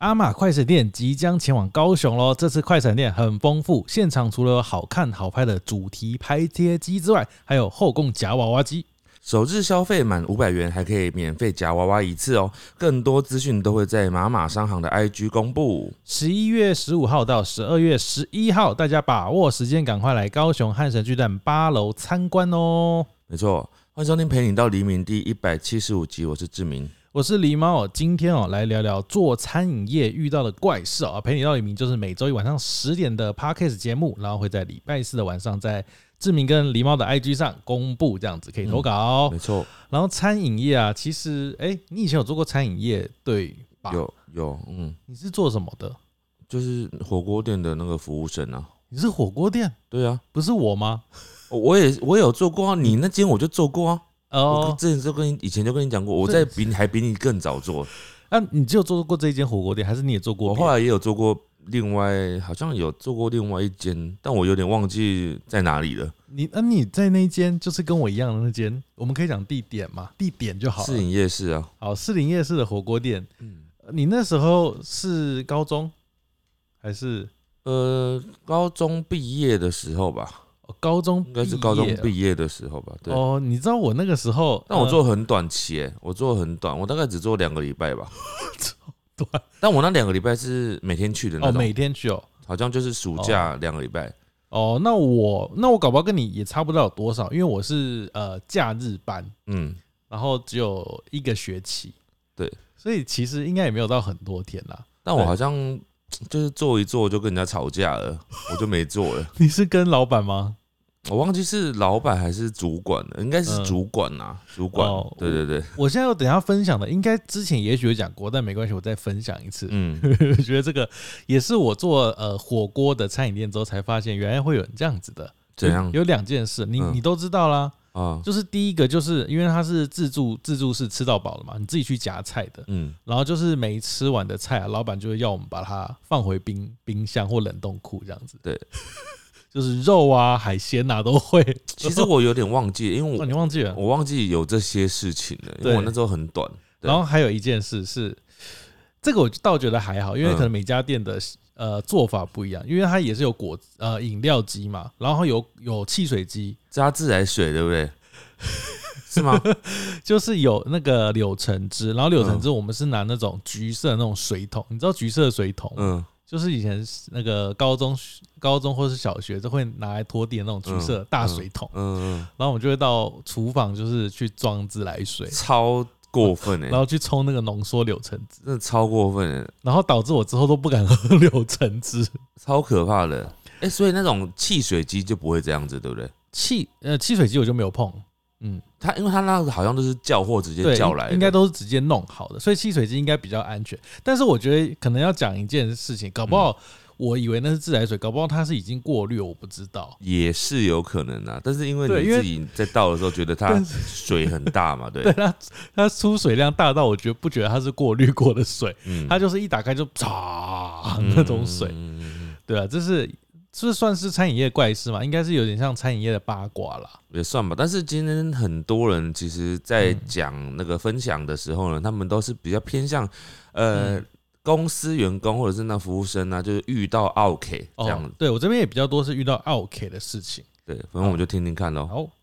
阿玛快闪店即将前往高雄咯，这次快闪店很丰富，现场除了有好看好拍的主题拍贴机之外，还有后供夹娃娃机。 首日消费满500元还可以免费夹娃娃一次哦，更多资讯都会在马马商行的 IG 公布。 11月15号到12月11号，大家把握时间，赶快来高雄汉神巨蛋8楼参观哦。 没错，欢迎收听陪你到黎明第175集，我是志明。 我是狸猫，今天来聊聊做餐饮业遇到的怪事啊。陪你到黎明就是每周一晚上10点的 Podcast 节目，然后会在礼拜四的晚上在志明跟狸猫的 IG 上公布，这样子可以投稿。 没错。 然后餐饮业啊，其实你以前有做过餐饮业对吧？ 有， 你是做什么的？ 就是火锅店的那个服务生啊。 你是火锅店？ 对啊， 不是我吗？ 我也有做过啊，你那间我就做过啊。 哦， 我之前以前就跟你讲过，我还比你更早做。 你只有做过这一间火锅店，还是你也做过？ 我后来也有做过好像有做过另外一间，但我有点忘记在哪里了。 你在那间就是跟我一样的那间，我们可以讲地点嘛？地点就好了。 士林夜市啊。 好，士林夜市的火锅店。你那时候是高中还是？ 高中毕业的时候吧。 高中应该是高中毕业的时候吧。对。 哦，你知道我那个时候， 但我做很短期，我做很短，我大概只做2个礼拜吧。 短。 但我那2个礼拜是每天去的那种。 每天去哦。 好像就是暑假2个礼拜。 哦，那我搞不好跟你也差不多有多少，因为我是假日班，然后只有1个学期， 对， 所以其实应该也没有到很多天啦。 但我好像就是做一做就跟人家吵架了，我就没做了。 你是跟老板吗？ 我忘记是老板还是主管了，应该是主管啊，主管。对对对。 我现在等一下分享的，应该之前也许有讲过，但没关系，我再分享一次。我觉得这个也是我做火锅的餐饮店之后才发现，原来会有人这样子的。 怎样？ 有2件事，你都知道啦。就是第一个，就是因为它是自助式吃到饱的嘛，你自己去夹菜的。然后就是没吃完的菜啊，老板就会要我们把它放回冰箱或冷冻库这样子。 对。 就是肉啊、海鲜啊都会。 其实我有点忘记，因为你忘记了？ 我忘记有这些事情了，因为我那时候很短。 然后还有一件事是，这个我倒觉得还好，因为可能每家店的做法不一样，因为它也是有饮料机嘛，然后有汽水机， 加自来水，对不对？是吗？ 就是有那个柳橙汁，然后柳橙汁我们是拿那种橘色的那种水桶，你知道橘色的水桶？就是以前那个高中或是小学就会拿来拖地的那种橘色大水桶，然后我们就会到厨房就是去装自来水， 超过分然后去冲那个浓缩柳橙汁， 真的超过分然后导致我之后都不敢喝柳橙汁， 超可怕的。所以那种汽水机就不会这样子，对不对？ 汽水机我就没有碰。 因为他那个好像都是叫货直接叫来的， 应该都是直接弄好的，所以汽水机应该比较安全。但是我觉得可能要讲一件事情，搞不好我以为那是自来水，搞不好它是已经过滤，我不知道， 也是有可能啊。但是因为你自己在倒的时候觉得它水很大嘛，对， 它出水量大到我不觉得它是过滤过的水，它就是一打开就嚓那种水，对啊，这算是餐饮业怪事嘛？应该是有点像餐饮业的八卦啦， 也算吧。但是今天很多人其实在讲那个分享的时候呢，他们都是比较偏向公司员工或者是那服务生啊，就是遇到OK这样子。 对，我这边也比较多是遇到OK的事情。 对，反正我们就听听看咯。 好，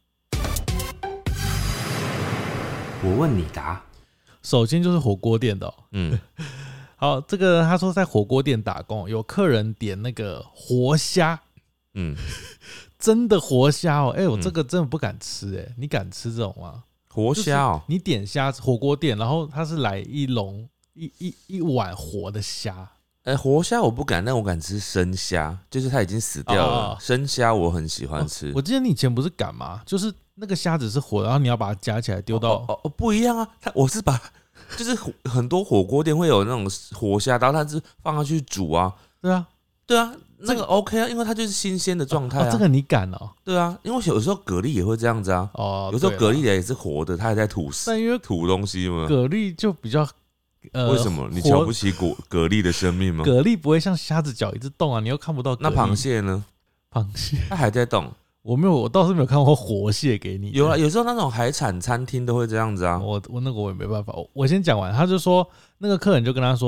我问你答。 首先就是火锅店的。好，这个他说在火锅店打工，有客人点那个活虾，真的活虾哦，我这个真的不敢吃，你敢吃这种吗？ 活虾哦， 你点虾火锅店，然后他是来一碗活的虾。 活虾我不敢，但我敢吃生虾，就是它已经死掉了。生虾我很喜欢吃。 我记得你以前不是敢吗？就是那个虾子是活的，然后你要把它夹起来丢到。 不一样啊，我是把。就是很多火锅店会有那种活虾，然后它是放下去煮啊。对啊，那个 OK 啊，因为它就是新鲜的状态啊。 这个你敢哦？ 对啊，因为有时候蛤蜊也会这样子啊。有时候蛤蜊也是活的，它还在吐东西嘛。 蛤蜊就比较为什么你瞧不起蛤蜊的生命吗？ 蛤蜊不会像虾子脚一直动啊，你又看不到。 那螃蟹呢？ 螃蟹它还在动。 我倒是没有看过活蟹给你。 有啊，有时候那种海产餐厅都会这样子啊。 我那个我也没办法。我先讲完，他就说那个客人就跟他说，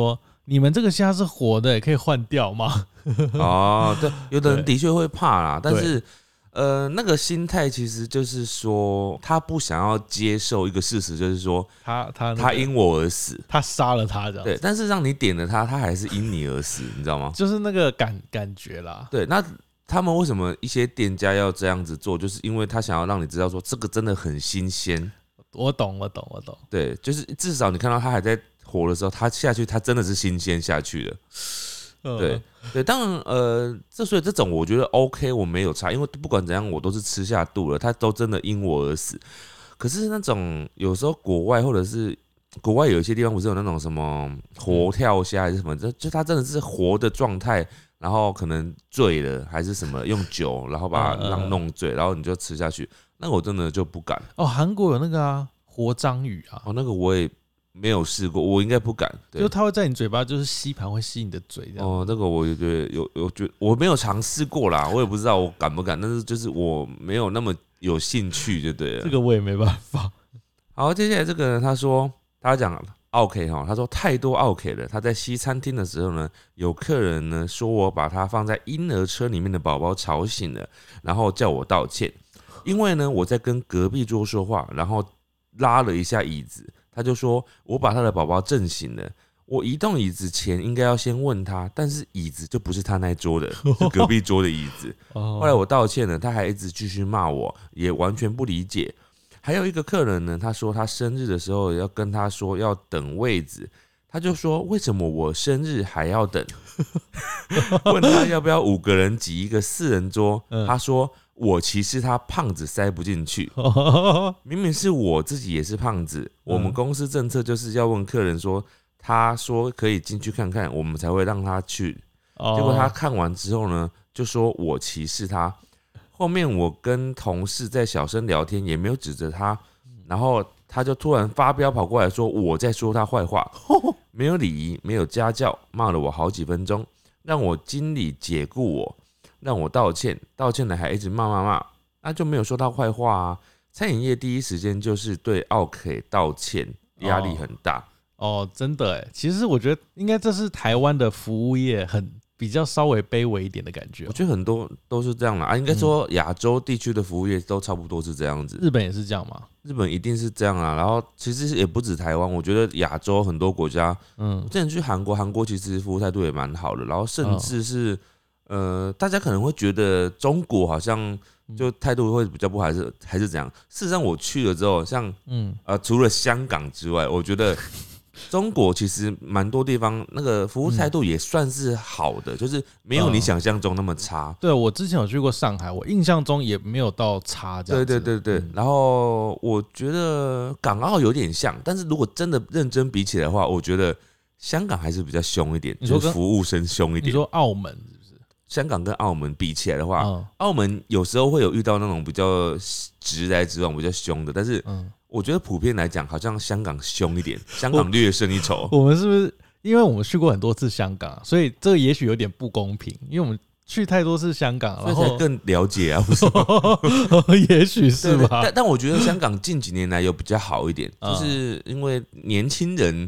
你们这个虾是活的，可以换掉吗？ 哦，对，有的人的确会怕啦，但是那个心态其实就是说，他不想要接受一个事实，就是说他因我而死， 他杀了他这样。 对，但是让你点了他还是因你而死，你知道吗？ 就是那个感觉啦。 对，那他们为什么一些店家要这样子做？就是因为他想要让你知道说这个真的很新鲜。 我懂。 对，就是至少你看到他还在活的时候，他下去，他真的是新鲜下去了。对，当然，所以这种我觉得 OK， 我没有差，因为不管怎样，我都是吃下肚了，他都真的因我而死。可是那种有时候国外或者是国外有一些地方不是有那种什么活跳虾还是什么，就他真的是活的状态，然后可能醉了还是什么，用酒然后把它弄醉，然后你就吃下去，那我真的就不敢。 哦，韩国有那个啊，活章鱼啊， 哦，那个我也没有试过，我应该不敢。 就它会在你嘴巴，就是吸盘会吸你的嘴这样。 哦，那个我觉得觉得我没有尝试过啦，我也不知道我敢不敢，但是就是我没有那么有兴趣，就对了。 这个我也没办法。 好，接下来这个人他讲奥 K 哈，他说太多奥 K 了。他在西餐厅的时候呢，有客人呢说我把他放在婴儿车里面的宝宝吵醒了，然后叫我道歉，因为呢我在跟隔壁桌说话，然后拉了一下椅子。他就说我把他的宝宝震醒了，我移动椅子前应该要先问他，但是椅子就不是他那一桌的，是隔壁桌的椅子。后来我道歉了，他还一直继续骂我，也完全不理解。还有一个客人呢，他说他生日的时候要跟他说要等位子，他就说为什么我生日还要等？问他要不要5个人挤一个4人桌，他说我其实他胖子塞不进去，明明是我自己也是胖子。我们公司政策就是要问客人说，他说可以进去看看，我们才会让他去。结果他看完之后呢，就说我歧视他。后面我跟同事在小声聊天，也没有指责他，然后他就突然发飙跑过来说我在说他坏话，没有礼仪，没有家教，骂了我好几分钟，让我经理解雇我，让我道歉，道歉了还一直骂，那就没有说他坏话啊。餐饮业第一时间就是对奥 K 道歉，压力很大。 哦，真的哎，其实我觉得应该这是台湾的服务业比较稍微卑微一点的感觉。 我觉得很多都是这样啦，应该说亚洲地区的服务业都差不多是这样子。 日本也是这样吗？ 日本一定是这样啊，然后其实也不止台湾，我觉得亚洲很多国家，我之前去韩国其实服务态度也蛮好的，然后甚至是大家可能会觉得中国好像就态度会比较不好，还是怎样？事实上我去了之后，像除了香港之外，我觉得中国其实蛮多地方那个服务态度也算是好的，就是没有你想象中那么差。 对，我之前有去过上海，我印象中也没有到差这样子。 对。然后我觉得港澳有点像，但是如果真的认真比起来的话，我觉得香港还是比较凶一点，就是服务生凶一点。 你说澳门是不是？ 香港跟澳门比起来的话，澳门有时候会有遇到那种比较直来直往、比较凶的，但是我觉得普遍来讲，好像香港凶一点，香港略胜一筹。 我们是不是因为我们去过很多次香港，所以这个也许有点不公平，因为我们去太多次香港，然后才更了解啊，不是吗？ 也许是吧。 但我觉得香港近几年来有比较好一点，就是因为年轻人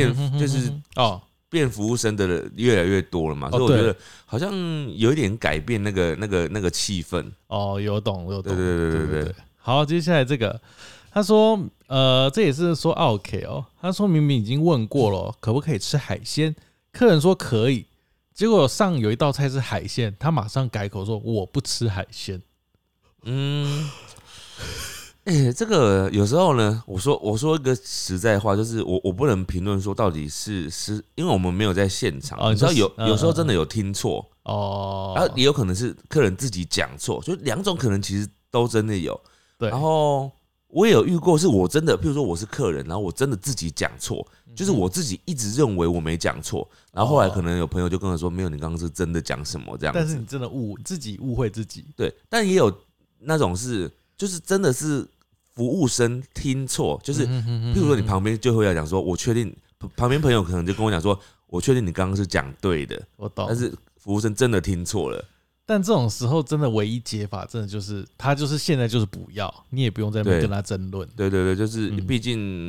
变服务生的越来越多了嘛，所以我觉得好像有一点改变那个气氛。 哦，有懂。 对。 好，接下来这个。他说，这也是说 OK 哦。他说明明已经问过了，可不可以吃海鲜？客人说可以，结果上有一道菜是海鲜，他马上改口说我不吃海鲜。 这个有时候呢，我说一个实在话，就是我不能评论说到底是因为我们没有在现场，你知道有时候真的有听错哦，然后也有可能是客人自己讲错，就2种可能其实都真的有。对，然后我也有遇过，是我真的，譬如说我是客人，然后我真的自己讲错，就是我自己一直认为我没讲错，然后后来可能有朋友就跟我说，没有，你刚刚是真的讲什么这样子。 但是你真的自己误会自己。 对，但也有那种就是真的是服务生听错，就是譬如说你旁边就会要讲说，我确定，旁边朋友可能就跟我讲说，我确定你刚刚是讲对的， 我懂， 但是服务生真的听错了。 但这种时候真的唯一解法，真的就是他就是现在就是不要，你也不用在那边跟他争论。 对，就是毕竟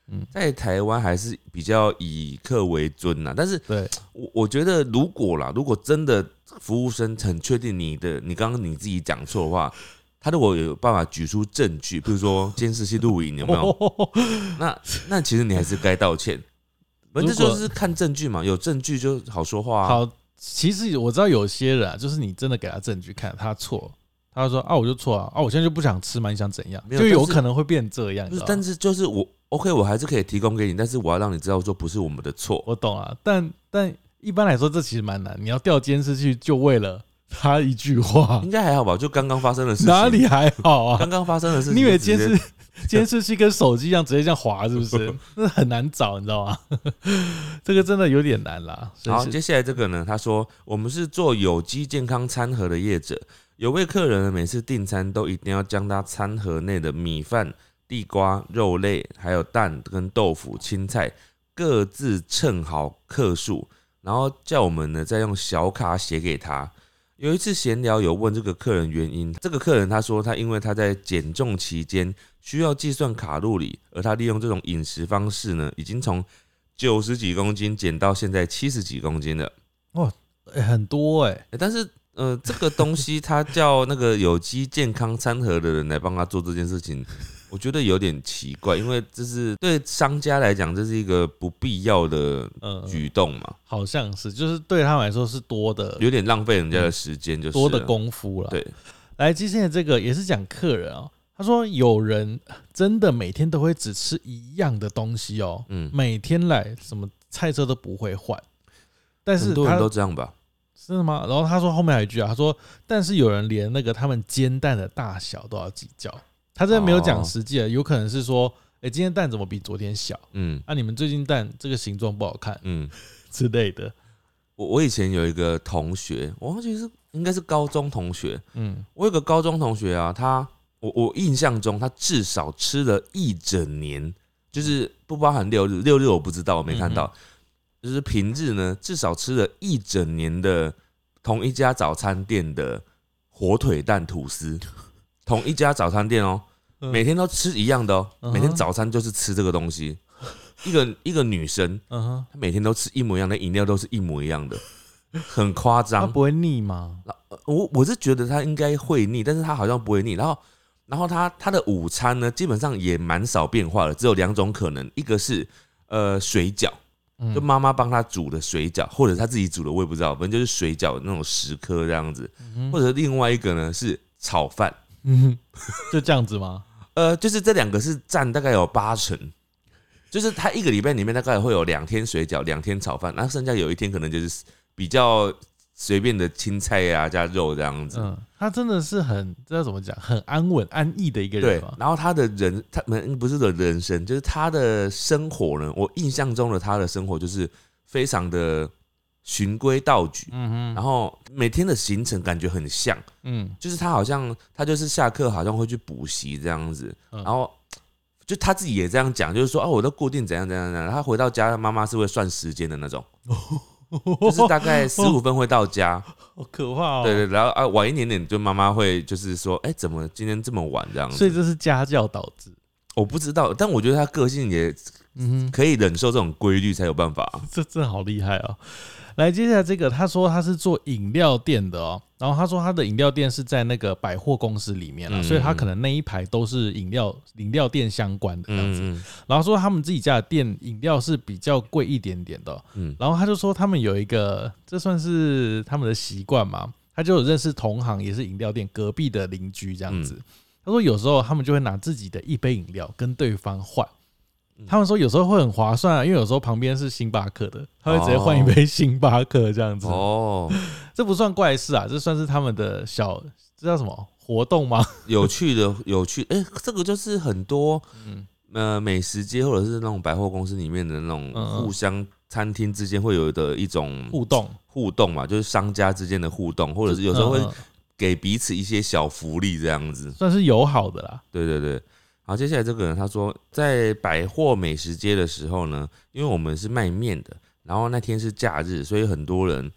在台湾还是比较以客为尊啦。但是我觉得如果真的服务生很确定你刚刚你自己讲错的话，他如果有办法举出证据，比如说监视器录影有没有？那其实你还是该道歉。反正就是看证据嘛，有证据就好说话啊。 好，其实我知道有些人就是你真的给他证据看，他错，他就说我就错啊，我现在就不想吃嘛，你想怎样？就有可能会变这样。 但是就是OK， 我还是可以提供给你，但是我要让你知道说不是我们的错。 我懂啊，但一般来说这其实蛮难，你要调监视器就为了他一句话， 应该还好吧？就刚刚发生的事情， 哪里还好啊？ 刚刚发生的事情， 你以为监视器跟手机一样直接这样滑是不是？那很难找，你知道吗？这个真的有点难啦。 好，接下来这个呢，他说我们是做有机健康餐盒的业者，有位客人每次订餐都一定要将他餐盒内的米饭、地瓜、肉类，还有蛋跟豆腐、青菜各自称好克数，然后叫我们呢再用小卡写给他。有一次闲聊有问这个客人原因，这个客人他说因为他在减重期间需要计算卡路里，而他利用这种饮食方式呢，已经从90几公斤减到现在70几公斤了。 哇，很多但是这个东西他叫那个有机健康餐盒的人来帮他做这件事情，我觉得有点奇怪，因为这是对商家来讲，这是一个不必要的举动嘛。 好像是，就是对他们来说是多的， 有点浪费人家的时间，就是多的功夫了。 对， 来，接下来这个也是讲客人哦，他说有人真的每天都会只吃一样的东西哦，每天来什么菜色都不会换，但是很多人都这样吧。 真的吗？然后他说后面还有一句啊，他说但是有人连那个他们煎蛋的大小都要计较。他这边没有讲实际的，有可能是说，今天蛋怎么比昨天小？你们最近蛋这个形状不好看，之类的。 我以前有一个同学，我忘记应该是高中同学，我有个高中同学啊，我印象中他至少吃了一整年，就是不包含6日，6日我不知道，我没看到。就是平日呢，至少吃了一整年的同一家早餐店的火腿蛋吐司，同一家早餐店哦，每天都吃一样的哦，每天早餐就是吃这个东西。一个女生，她每天都吃一模一样的饮料，都是一模一样的，很夸张。 她不会腻吗？ 我是觉得她应该会腻，但是她好像不会腻。然后她的午餐呢，基本上也蛮少变化的，只有2种可能，一个是水饺。就妈妈帮他煮的水饺，或者他自己煮的，我也不知道，反正就是水饺那种10颗这样子，或者另外一个呢是炒饭， 就这样子吗？ 就是这2个是占大概有80%，就是他一个礼拜里面大概会有2天水饺，2天炒饭，然后剩下有1天可能就是比较随便的青菜啊加肉这样子。 他真的是这要怎么讲，很安稳安逸的一个人。 对，然后他不是的人生，就是他的生活呢，我印象中的他的生活就是非常的循规蹈矩，然后每天的行程感觉很像，就是他就是下课好像会去补习这样子，然后就他自己也这样讲，就是说我都固定怎样怎样怎样，他回到家妈妈是会算时间的那种。就是大概15分会到家， 好可怕哦。 对，然后晚一点点，就妈妈会就是说，怎么今天这么晚这样子？ 所以这是家教导致。 我不知道，但我觉得他个性也可以忍受这种规律，才有办法。 这真的好厉害哦！来，接下来这个，他说他是做饮料店的哦，然后他说他的饮料店是在那个百货公司里面所以他可能那一排都是饮料店相关的这样子。然后说他们自己家的店饮料是比较贵一点点的，然后他就说他们有一个，这算是他们的习惯嘛，他就有认识同行也是饮料店隔壁的邻居这样子。他说有时候他们就会拿自己的一杯饮料跟对方换。他们说有时候会很划算因为有时候旁边是星巴克的，他会直接换一杯星巴克这样子。这不算怪事啊，这算是他们的这叫什么活动吗？有趣， 这个就是很多美食街或者是那种百货公司里面的那种互相餐厅之间会有的一种互动嘛，就是商家之间的互动，或者是有时候会给彼此一些小福利这样子， 算是友好的啦。 对。好，接下来这个人他说，在百货美食街的时候呢，因为我们是卖面的，然后那天是假日，所以很多人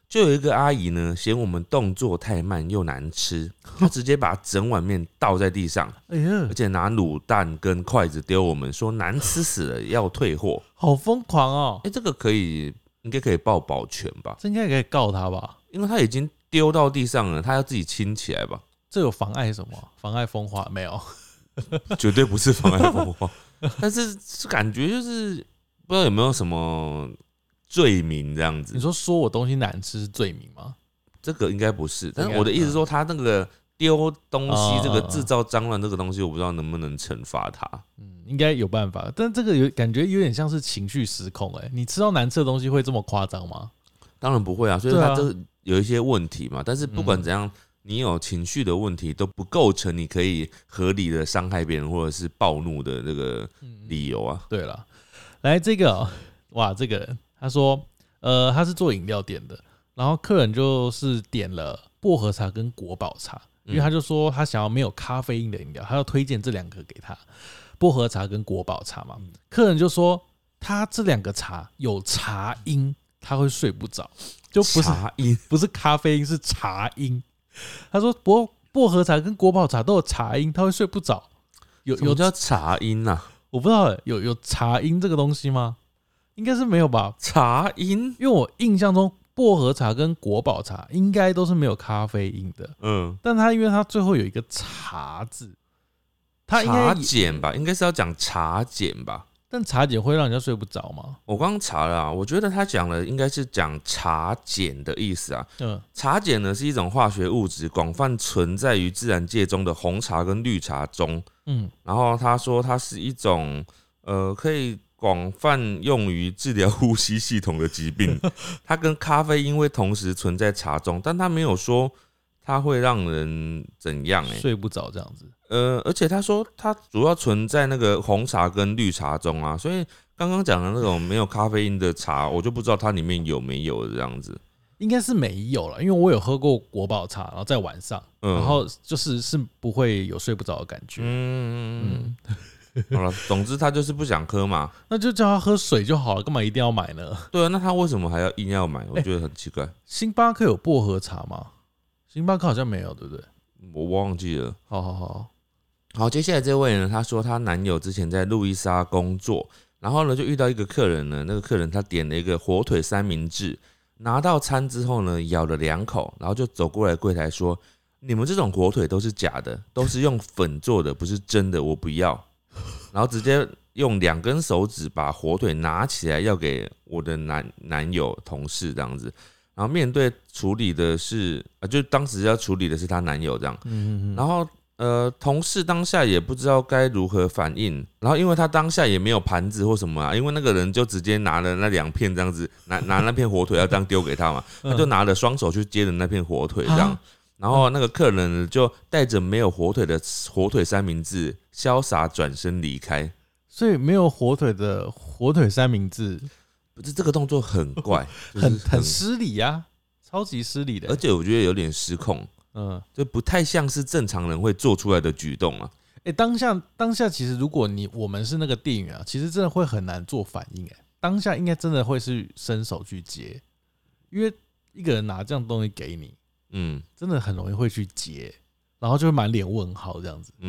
就有一个阿姨呢，嫌我们动作太慢又难吃，她直接把整碗面倒在地上，而且拿卤蛋跟筷子丢我们，说难吃死了，要退货。 好疯狂哦！ 这个应该可以报保全吧？ 这应该可以告他吧？ 因为他已经丢到地上了，他要自己清起来吧？ 这有妨碍什么？妨碍风化没有？ 绝对不是妨碍风化，但是感觉就是不知道有没有什么罪名这样子。 你说我东西难吃是罪名吗？ 这个应该不是，但是我的意思说，他那个丢东西，这个制造脏乱这个东西，我不知道能不能惩罚他。 应该有办法，但这个感觉有点像是情绪失控。你吃到难吃的东西会这么夸张吗？ 当然不会啊，所以他这有一些问题嘛。但是不管怎样，你有情绪的问题都不构成你可以合理的伤害别人或者是暴怒的这个理由啊。 对了，来这个哇，这个人他说，他是做饮料店的，然后客人就是点了薄荷茶跟国宝茶，因为他就说他想要没有咖啡因的饮料，他要推荐这两个给他，薄荷茶跟国宝茶嘛。客人就说他这两个茶有茶因，他会睡不着，就不是茶因， 不是咖啡因，是茶因。他说薄荷茶跟国宝茶都有茶因，他会睡不着。 有叫茶因啊？ 我不知道有茶因这个东西吗？应该是没有吧。 茶因， 因为我印象中薄荷茶跟国宝茶应该都是没有咖啡因的。但它因为它最后有一个茶字，它应该茶碱吧？应该是要讲茶碱吧？ 但茶碱会让人家睡不着吗？ 我刚刚查了啊，我觉得他讲的应该是讲茶碱的意思啊。茶碱呢是一种化学物质，广泛存在于自然界中的红茶跟绿茶中。然后他说它是一种可以广泛用于治疗呼吸系统的疾病。它跟咖啡因会同时存在茶中，但他没有说它会让人怎样睡不着这样子。 而且他说它主要存在那个红茶跟绿茶中啊，所以刚刚讲的那种没有咖啡因的茶，我就不知道它里面有没有这样子。 应该是没有了，因为我有喝过国宝茶，然后在晚上，然后是不会有睡不着的感觉。好了，总之他就是不想喝嘛， 那就叫他喝水就好了，干嘛一定要买呢？ 对啊，那他为什么还要硬要买？我觉得很奇怪。 星巴克有薄荷茶吗？星巴克好像没有，对不对？ 我忘记了。 好， 接下来这位呢，她说她男友之前在路易莎工作，然后呢就遇到一个客人呢，那个客人他点了一个火腿三明治，拿到餐之后呢，咬了2口，然后就走过来柜台说：“你们这种火腿都是假的，都是用粉做的，不是真的，我不要。”然后直接用2根手指把火腿拿起来要给我的男友同事这样子。然后面对处理的是就当时要处理的是她男友这样。然后同事当下也不知道该如何反应，然后因为他当下也没有盘子或什么因为那个人就直接拿了那2片这样子，拿那片火腿要这样丢给他嘛，他就拿了双手去接了那片火腿这样，然后那个客人就带着没有火腿的火腿三明治潇洒转身离开。 所以没有火腿的火腿三明治， 不是这个动作很怪， 很失礼啊，超级失礼的， 而且我觉得有点失控。就不太像是正常人会做出来的举动啊。 当下其实如果我们是那个店员啊，其实真的会很难做反应。当下应该真的会是伸手去接，因为一个人拿这样东西给你，真的很容易会去接，然后就会满脸问号这样子。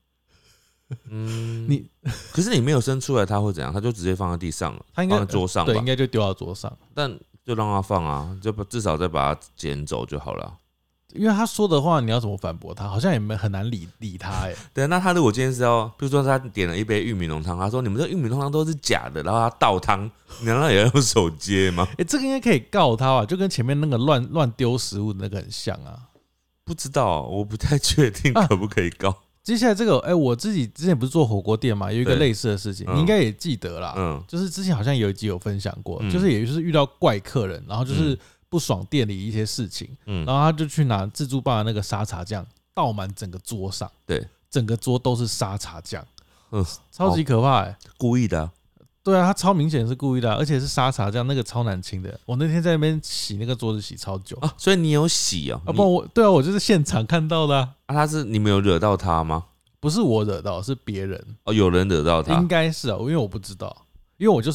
可是你没有伸出来，他会怎样？他就直接放在地上了，他应该放在桌上吧？ 对，应该就丢到桌上， 但就让他放啊，就至少再把它捡走就好了。 因为他说的话，你要怎么反驳他？好像也很难理他。 对，那他如果今天是要，比如说他点了一杯玉米浓汤，他说你们这玉米浓汤都是假的，然后他倒汤，你难道也要用手接吗？ 这个应该可以告他吧？就跟前面那个乱丢食物的那个很像啊。 不知道，我不太确定可不可以告。 接下来这个，我自己之前不是做火锅店嘛，有一个类似的事情，你应该也记得啦。就是之前好像有一集有分享过，就是也就是遇到怪客人，然后就是不爽店里一些事情，然后他就去拿自助吧的那个沙茶酱倒满整个桌上，对，整个桌都是沙茶酱，超级可怕故意的。 对啊，他超明显是故意的，而且是沙茶酱，那个超难清的。我那天在那边洗那个桌子洗超久啊，所以你有洗哦？ 对啊，我就是现场看到的啊。 你没有惹到他吗？ 不是我惹到，是别人有人惹到他， 应该是因为我不知道，因为我就是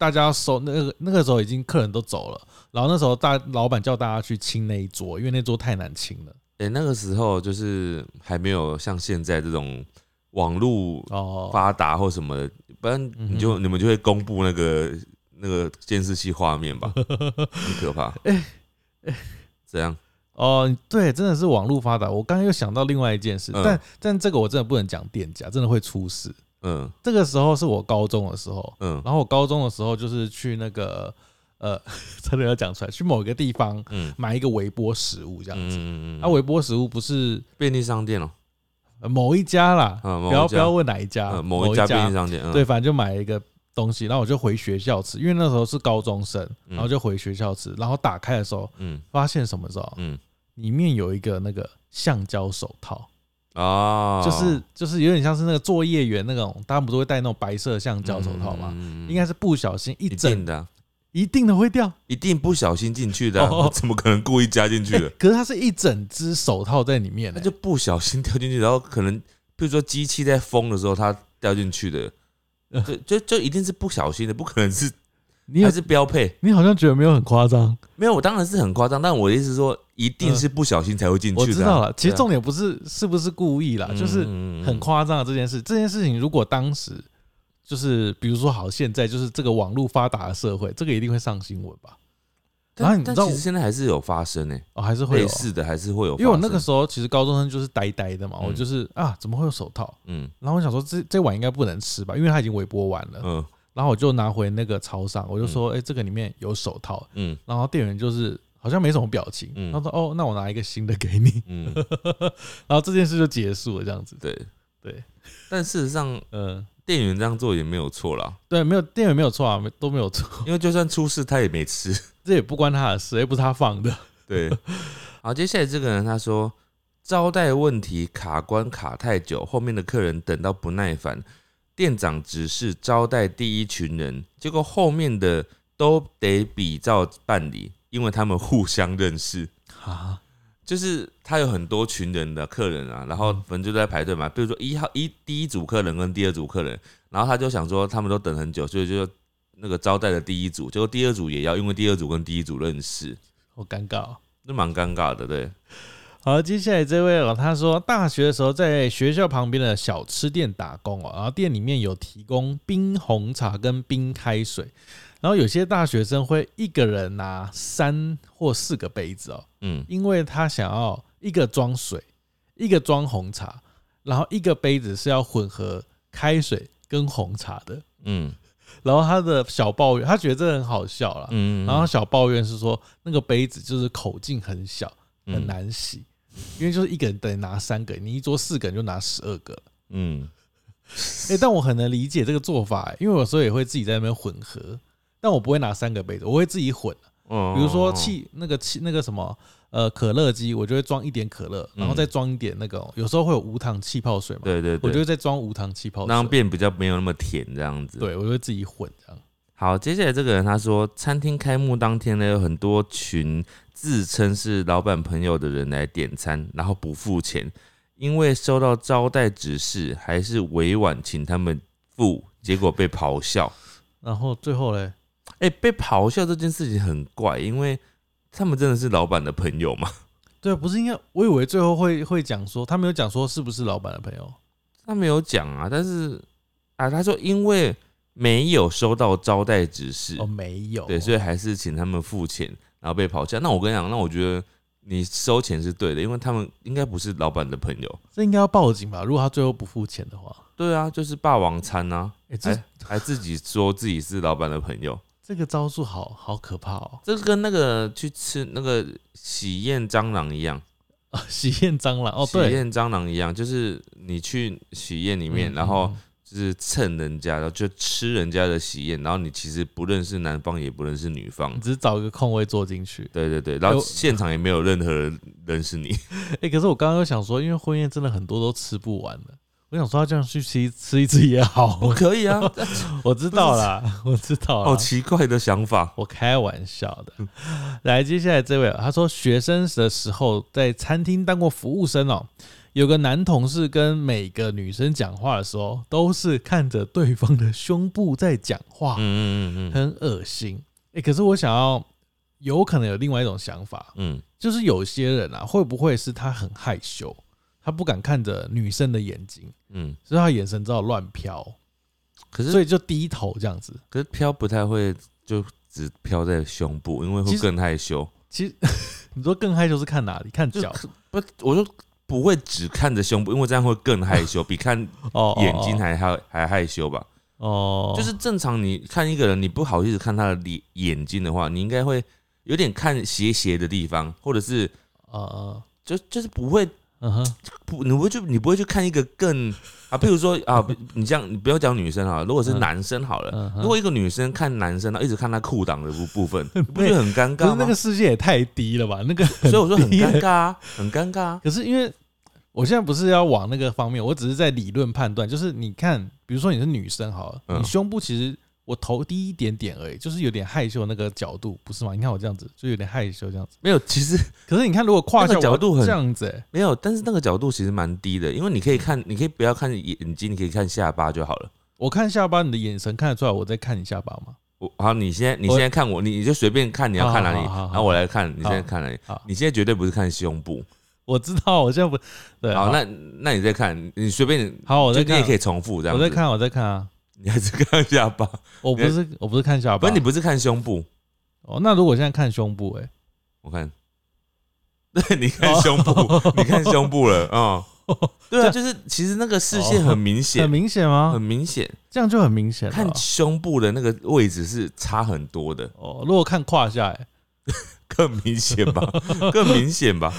大家要收那个时候已经客人都走了，然后那时候老板叫大家去清那一桌，因为那桌太难清了。 那个时候就是还没有像现在这种网络发达或什么的，不然你们就会公布那个监视器画面吧，很可怕。怎样？ 对，真的是网络发达。我刚刚又想到另外一件事，但这个我真的不能讲店家，真的会出事。这个时候是我高中的时候，然后我高中的时候就是去那个真的要讲出来，去某一个地方买一个微波食物这样子。微波食物不是便利商店哦， 某一家啦，不要问哪一家， 某一家便利商店。 对，反正就买一个东西，然后我就回学校吃，因为那时候是高中生，然后就回学校吃，然后打开的时候，发现什么时候？里面有一个那个橡胶手套。就是有点像是那个作业员那种，大家不是会戴那种白色橡胶手套吗？应该是不小心一定的会掉， 一定不小心进去的，怎么可能故意加进去的？ 可是它是一整只手套在里面， 那就不小心掉进去，然后可能比如说机器在封的时候它掉进去的，就一定是不小心的，不可能是还是标配。 你好像觉得没有很夸张， 没有，我当然是很夸张，但我的意思是说，一定是不小心才会进去的。 我知道了，其实重点不是是不是故意啦，就是很夸张的这件事。这件事情如果当时就是比如说好，现在就是这个网络发达的社会，这个一定会上新闻吧？然后你知道， 其实现在还是有发生还是会有类似的，还是会有。 因为我那个时候其实高中生就是呆呆的嘛，我就是怎么会有手套？然后我想说这碗应该不能吃吧，因为它已经微波完了。然后我就拿回那个超商，我就说，这个里面有手套。然后店员就是好像没什么表情，他说，那我拿一个新的给你。然后这件事就结束了，这样子。对。但事实上，店员这样做也没有错啦。 对，没有店员没有错啊，都没有错。 因为就算出事，他也没吃， 这也不关他的事，也不是他放的。 对。好，接下来这个人他说，招待问题卡关卡太久，后面的客人等到不耐烦。店长指示招待第一群人，结果后面的都得比照办理，因为他们互相认识。就是他有很多群人的客人啊，然后反正就在排队嘛。比如说第一组客人跟第二组客人，然后他就想说他们都等很久，所以就那个招待的第一组，结果第二组也要，因为第二组跟第一组认识， 好尴尬， 那蛮尴尬的，对。 好，接下来这位他说，大学的时候在学校旁边的小吃店打工然后店里面有提供冰红茶跟冰开水，然后有些大学生会一个人拿3或4个杯子因为他想要一个装水，一个装红茶，然后一个杯子是要混合开水跟红茶的，然后他的小抱怨，他觉得这很好笑啦，然后小抱怨是说那个杯子就是口径很小，很难洗。因为就是一个人等于拿3个，你一桌4个人就拿12个。但我很能理解这个做法，因为有时候也会自己在那边混合，但我不会拿3个杯子，我会自己混。比如说那个什么可乐机，我就会装一点可乐，然后再装一点那个，有时候会有无糖气泡水嘛， 对， 我就会再装无糖气泡水， 那样变比较没有那么甜这样子。 对，我就会自己混这样。 好，接下来这个人他说，餐厅开幕当天呢，有很多群自称是老板朋友的人来点餐，然后不付钱，因为收到招待指示，还是委婉请他们付，结果被咆哮。 然后最后嘞， 被咆哮这件事情很怪，因为他们真的是老板的朋友吗？ 对，不是应该？我以为最后会讲说，他没有讲说是不是老板的朋友， 他没有讲啊，但是他说因为没有收到招待指示， 没有， 对，所以还是请他们付钱，然后被咆哮。那我跟你讲，那我觉得你收钱是对的，因为他们应该不是老板的朋友， 这应该要报警吧？如果他最后不付钱的话， 对啊，就是霸王餐啊，还自己说自己是老板的朋友， 这个招数好可怕哦！ 这跟那个去吃那个喜宴蟑螂一样。 喜宴蟑螂对， 喜宴蟑螂一样，就是你去喜宴里面，然后就是蹭人家，然后就吃人家的喜宴，然后你其实不认识男方，也不认识女方， 你只是找一个空位坐进去。 对，然后现场也没有任何人认识你。 可是我刚刚又想说，因为婚宴真的很多都吃不完了，我想说他这样去吃一次也好， 不可以啊。 我知道啦，我知道啦， 好奇怪的想法， 我开玩笑的。来，接下来这位他说，学生的时候在餐厅当过服务生有个男同事跟每个女生讲话的时候，都是看着对方的胸部在讲话，很恶心。可是我想要，有可能有另外一种想法，就是有些人啊，会不会是他很害羞，他不敢看着女生的眼睛，所以他眼神只好乱飘，可是所以就低头这样子。 可是飘不太会，就只飘在胸部，因为会更害羞。其实你说更害羞是看哪里？看脚？ 不，我说不会只看着胸部，因为这样会更害羞，比看眼睛还害羞吧？就是正常你看一个人，你不好意思看他的眼睛的话，你应该会有点看斜斜的地方，或者是就是不会。你不会去看一个更譬如说你这样，你不要讲女生好了，如果是男生好了，如果一个女生看男生，一直看他裤裆的部分，你不觉得很尴尬吗？ 那个视线也太低了吧？那个， 所以我说很尴尬啊，很尴尬啊。 可是因为我现在不是要往那个方面，我只是在理论判断，就是你看，比如说你是女生好了，你胸部其实。我头低一点点而已，就是有点害羞那个角度，不是吗？你看我这样子，就有点害羞这样子。 没有，其实可是你看，如果胯下角度很这样子， 没有，但是那个角度其实蛮低的，因为你可以看，你可以不要看眼睛，你可以看下巴就好了。 我看下巴，你的眼神看得出来我在看你下巴吗？ 好，你现在看我，你就随便看你要看哪里，然后我来看你现在看哪里。你现在绝对不是看胸部。 我知道，我现在不对。 好，那你再看，你随便。 好，我再看， 你也可以重复这样子。 我在看啊。 你还是看下巴？ 我不是看下巴， 不是你不是看胸部那如果现在看胸部， 我看，对，你看胸部，你看胸部了对啊，就是其实那个视线很明显， 很明显吗？ 很明显， 这样就很明显了。 看胸部的那个位置是差很多的如果看胯下， 更明显吧？更明显吧？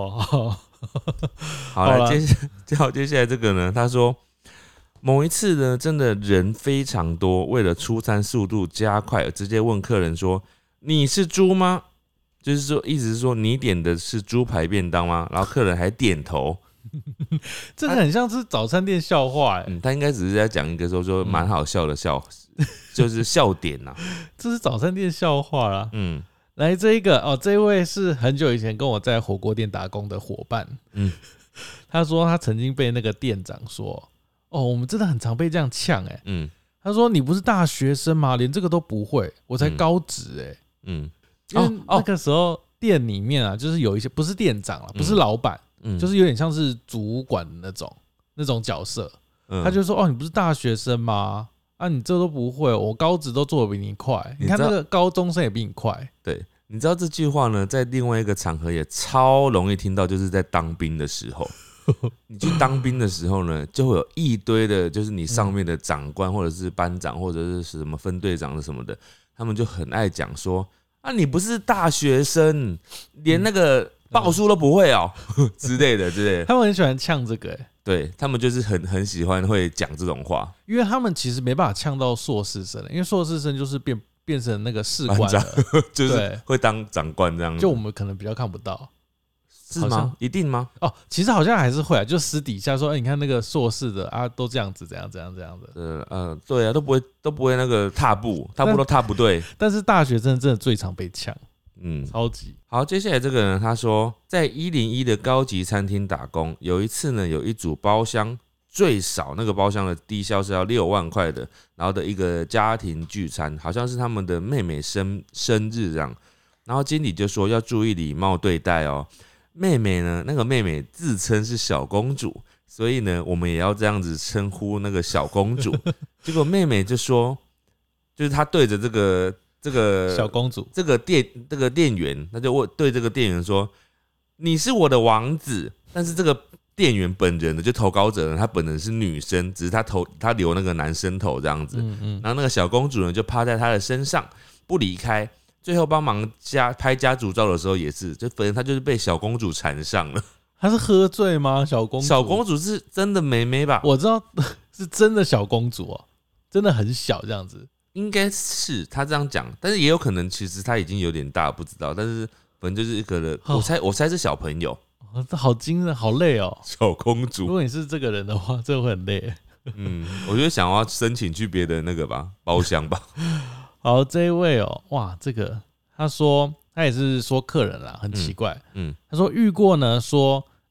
好了，接下来这个呢？他说。某一次呢，真的人非常多，为了出餐速度加快，直接问客人说：“你是猪吗？”就是说，意思是说你点的是猪排便当吗？然后客人还点头， 这个很像是早餐店笑话他应该只是在讲一个说蛮好笑的就是笑点呐。 这是早餐店笑话啦。来这一个这一位是很久以前跟我在火锅店打工的伙伴。他说他曾经被那个店长说。我们真的很常被这样呛他说你不是大学生吗？连这个都不会，我才高职因为那个时候店里面啊，就是有一些不是店长啦，不是老板，就是有点像是主管的那种角色。他就说你不是大学生吗？你这都不会，我高职都做得比你快。你看那个高中生也比你快。 对，你知道这句话呢，在另外一个场合也超容易听到，就是在当兵的时候。你去当兵的时候呢，就会有一堆的，就是你上面的长官或者是班长或者是什么分队长的什么的，他们就很爱讲说你不是大学生，连那个报数都不会之类的。 他们很喜欢呛这个对，他们就是很喜欢会讲这种话， 因为他们其实没办法呛到硕士生，因为硕士生就是变成那个士官了， 就是会当长官这样， 就我们可能比较看不到。 是吗？一定吗？ 其实好像还是会就私底下说，你看那个硕士的都这样子，怎样的。 对啊，都不会那个踏步都踏不对。 但是大学真的最常被呛，超级。 好，接下来这个人他说，在101的高级餐厅打工，有一次呢，有一组包厢最少那个包厢的低消是要6万块的，然后的一个家庭聚餐，好像是他们的妹妹生日这样，然后经理就说要注意礼貌对待妹妹呢？那个妹妹自称是小公主，所以呢，我们也要这样子称呼那个小公主。结果妹妹就说，就是她对着这个小公主这个店员，她就对这个店员说：“你是我的王子。”但是这个店员本人呢，就投稿者呢，她本人是女生，只是她留那个男生头这样子。然后那个小公主呢，就趴在她的身上不离开。最后帮忙拍家族照的时候也是，就反正他就是被小公主缠上了。 他是喝醉吗？小公主是真的妹妹吧？ 我知道是真的小公主真的很小这样子。 应该是他这样讲，但是也有可能其实他已经有点大，不知道。但是反正就是一个人，我猜是小朋友。 这好惊人，好累小公主， 如果你是这个人的话，这个会很累。 我觉得想要申请去别的那个吧，包厢吧。 好，这一位哇，这个他说他也是说客人啦，很奇怪。他说遇过呢，说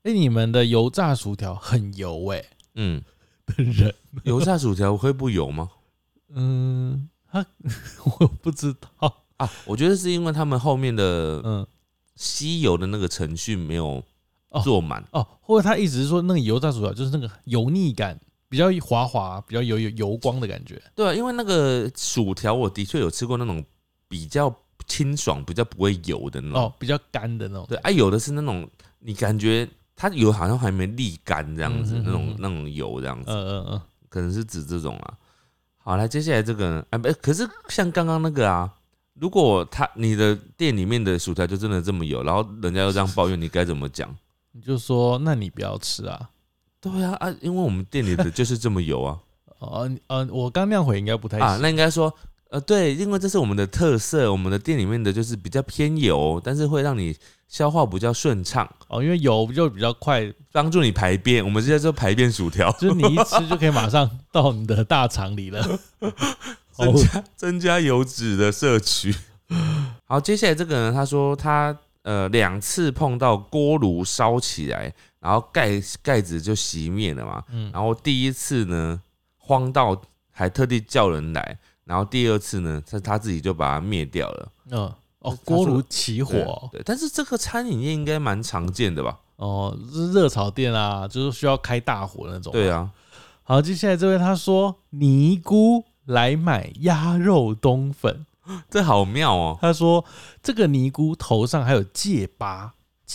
你们的油炸薯条很油的人， 油炸薯条会不油吗？ 我不知道啊，我觉得是因为他们后面的吸油的那个程序没有做满或者他一直是说那个油炸薯条就是那个油腻感比较滑滑，比较有油光的感觉。 对啊，因为那个薯条我的确有吃过那种比较清爽、比较不会油的那种， 比较干的那种。 对啊，有的是那种你感觉它油好像还没沥干这样子，那种油这样子，可能是指这种啊。好，来接下来这个可是像刚刚那个啊，如果你的店里面的薯条就真的这么油，然后人家又这样抱怨，你该怎么讲？ 你就说那你不要吃啊。 对啊，因为我们店里的就是这么油啊。 我刚那样回应该不太行那应该说对，因为这是我们的特色，我们的店里面的就是比较偏油，但是会让你消化比较顺畅因为油就比较快帮助你排便。我们现在就排便薯条， 就是你一吃就可以马上到你的大肠里了， 增加油脂的摄取。好，接下来这个呢，他说他2次碰到锅炉烧起来，然后盖子就熄灭了嘛。然后第一次呢慌到还特地叫人来，然后第二次呢他自己就把它灭掉了。 锅炉起火。 对，但是这个餐饮业应该蛮常见的吧？ 是热炒店啊，就是需要开大火那种。 对啊。 好，接下来这位他说尼姑来买鸭肉冬粉。 这好妙哦！ 他说这个尼姑头上还有戒疤，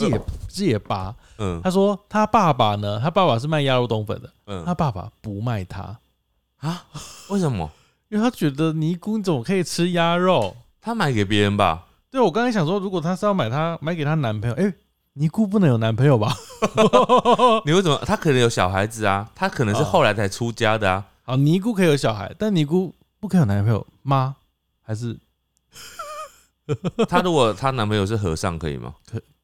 他说他爸爸呢，他爸爸是卖鸭肉冬粉的，他爸爸不卖他啊？为什么？ 因为他觉得尼姑怎么可以吃鸭肉？ 他买给别人吧？ 对，我刚才想说，如果他是要买给他男朋友，尼姑不能有男朋友吧？ 你为什么？他可能有小孩子啊，他可能是后来才出家的啊。 好，尼姑可以有小孩，但尼姑不可以有男朋友吗？还是如果她男朋友是和尚可以吗？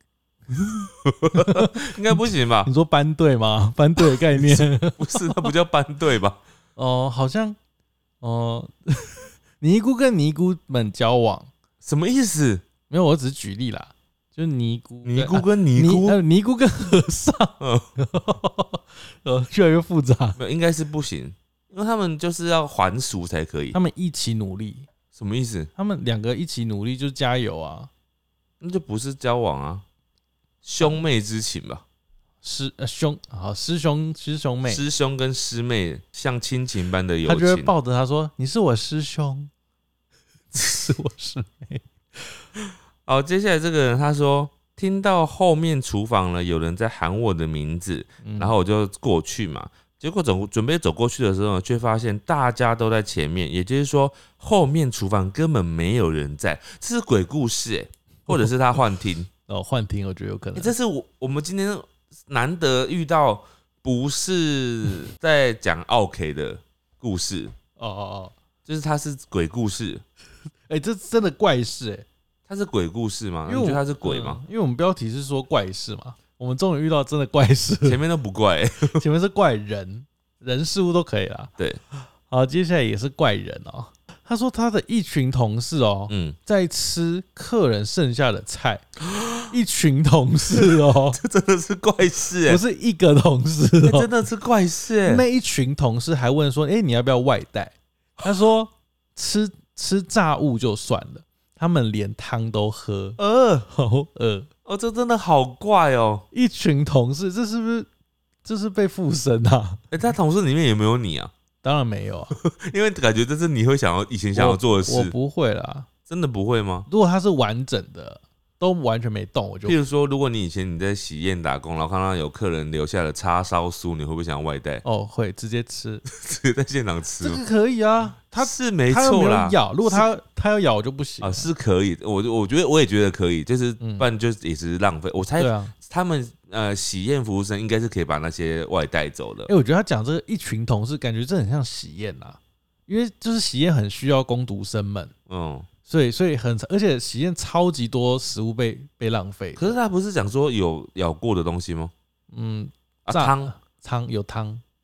应该不行吧？ 你说班队吗？班队的概念不是，那不叫班队吧？ 好像尼姑跟尼姑们交往， 什么意思？ 没有，我只是举例啦，就是尼姑跟尼姑， 尼姑跟和尚，越来越复杂。 应该是不行，因为他们就是要还俗才可以。 他们一起努力。 什么意思？ 他们2个一起努力，就是加油啊！ 那就不是交往啊，兄妹之情吧？ 师兄妹， 师兄跟师妹像亲情般的友情。 他就会抱着他说：“你是我师兄，是我师妹。” 好，接下来这个人他说，听到后面厨房呢有人在喊我的名字，然后我就过去嘛。结果准备走过去的时候呢，却发现大家都在前面，也就是说后面厨房根本没有人在，这是鬼故事或者是他幻听幻听，我觉得有可能。 这是我们今天难得遇到不是在讲奥 K 的故事就是它是鬼故事。 这真的怪事它是鬼故事吗？你觉得它是鬼吗？ 因为我们标题是说怪事嘛。我们终于遇到真的怪事， 前面都不怪前面是怪人事物都可以啦。 对， 好，接下来也是怪人他说他的一群同事在吃客人剩下的菜，一群同事这真的是怪事不是一个同事真的是怪事那一群同事还问说，你要不要外带？他说吃炸物就算了，他们连汤都喝，好饿。 这真的好怪一群同事，这是被附身啊？ 他同事里面有没有你啊？ 当然没有啊， 因为感觉这是你会以前想要做的事。 我不会啦， 真的不会吗？ 如果它是完整的，都完全没动，我就。 譬如说，如果你以前在喜宴打工，然后看到有客人留下了叉烧酥，你会不会想要外带？ 会直接吃， 直接在现场吃。 这个可以啊，他是没错啦。 咬，如果他要咬，我就不行是可以。我觉得我也觉得可以，就是不然就也是浪费。我猜他们喜宴服务生应该是可以把那些外带走的。 我觉得他讲这个一群同事，感觉这很像喜宴啊，因为就是喜宴很需要工读生们，所以而且喜宴超级多食物被浪费。 可是他不是讲说有咬过的东西吗？ 汤有汤，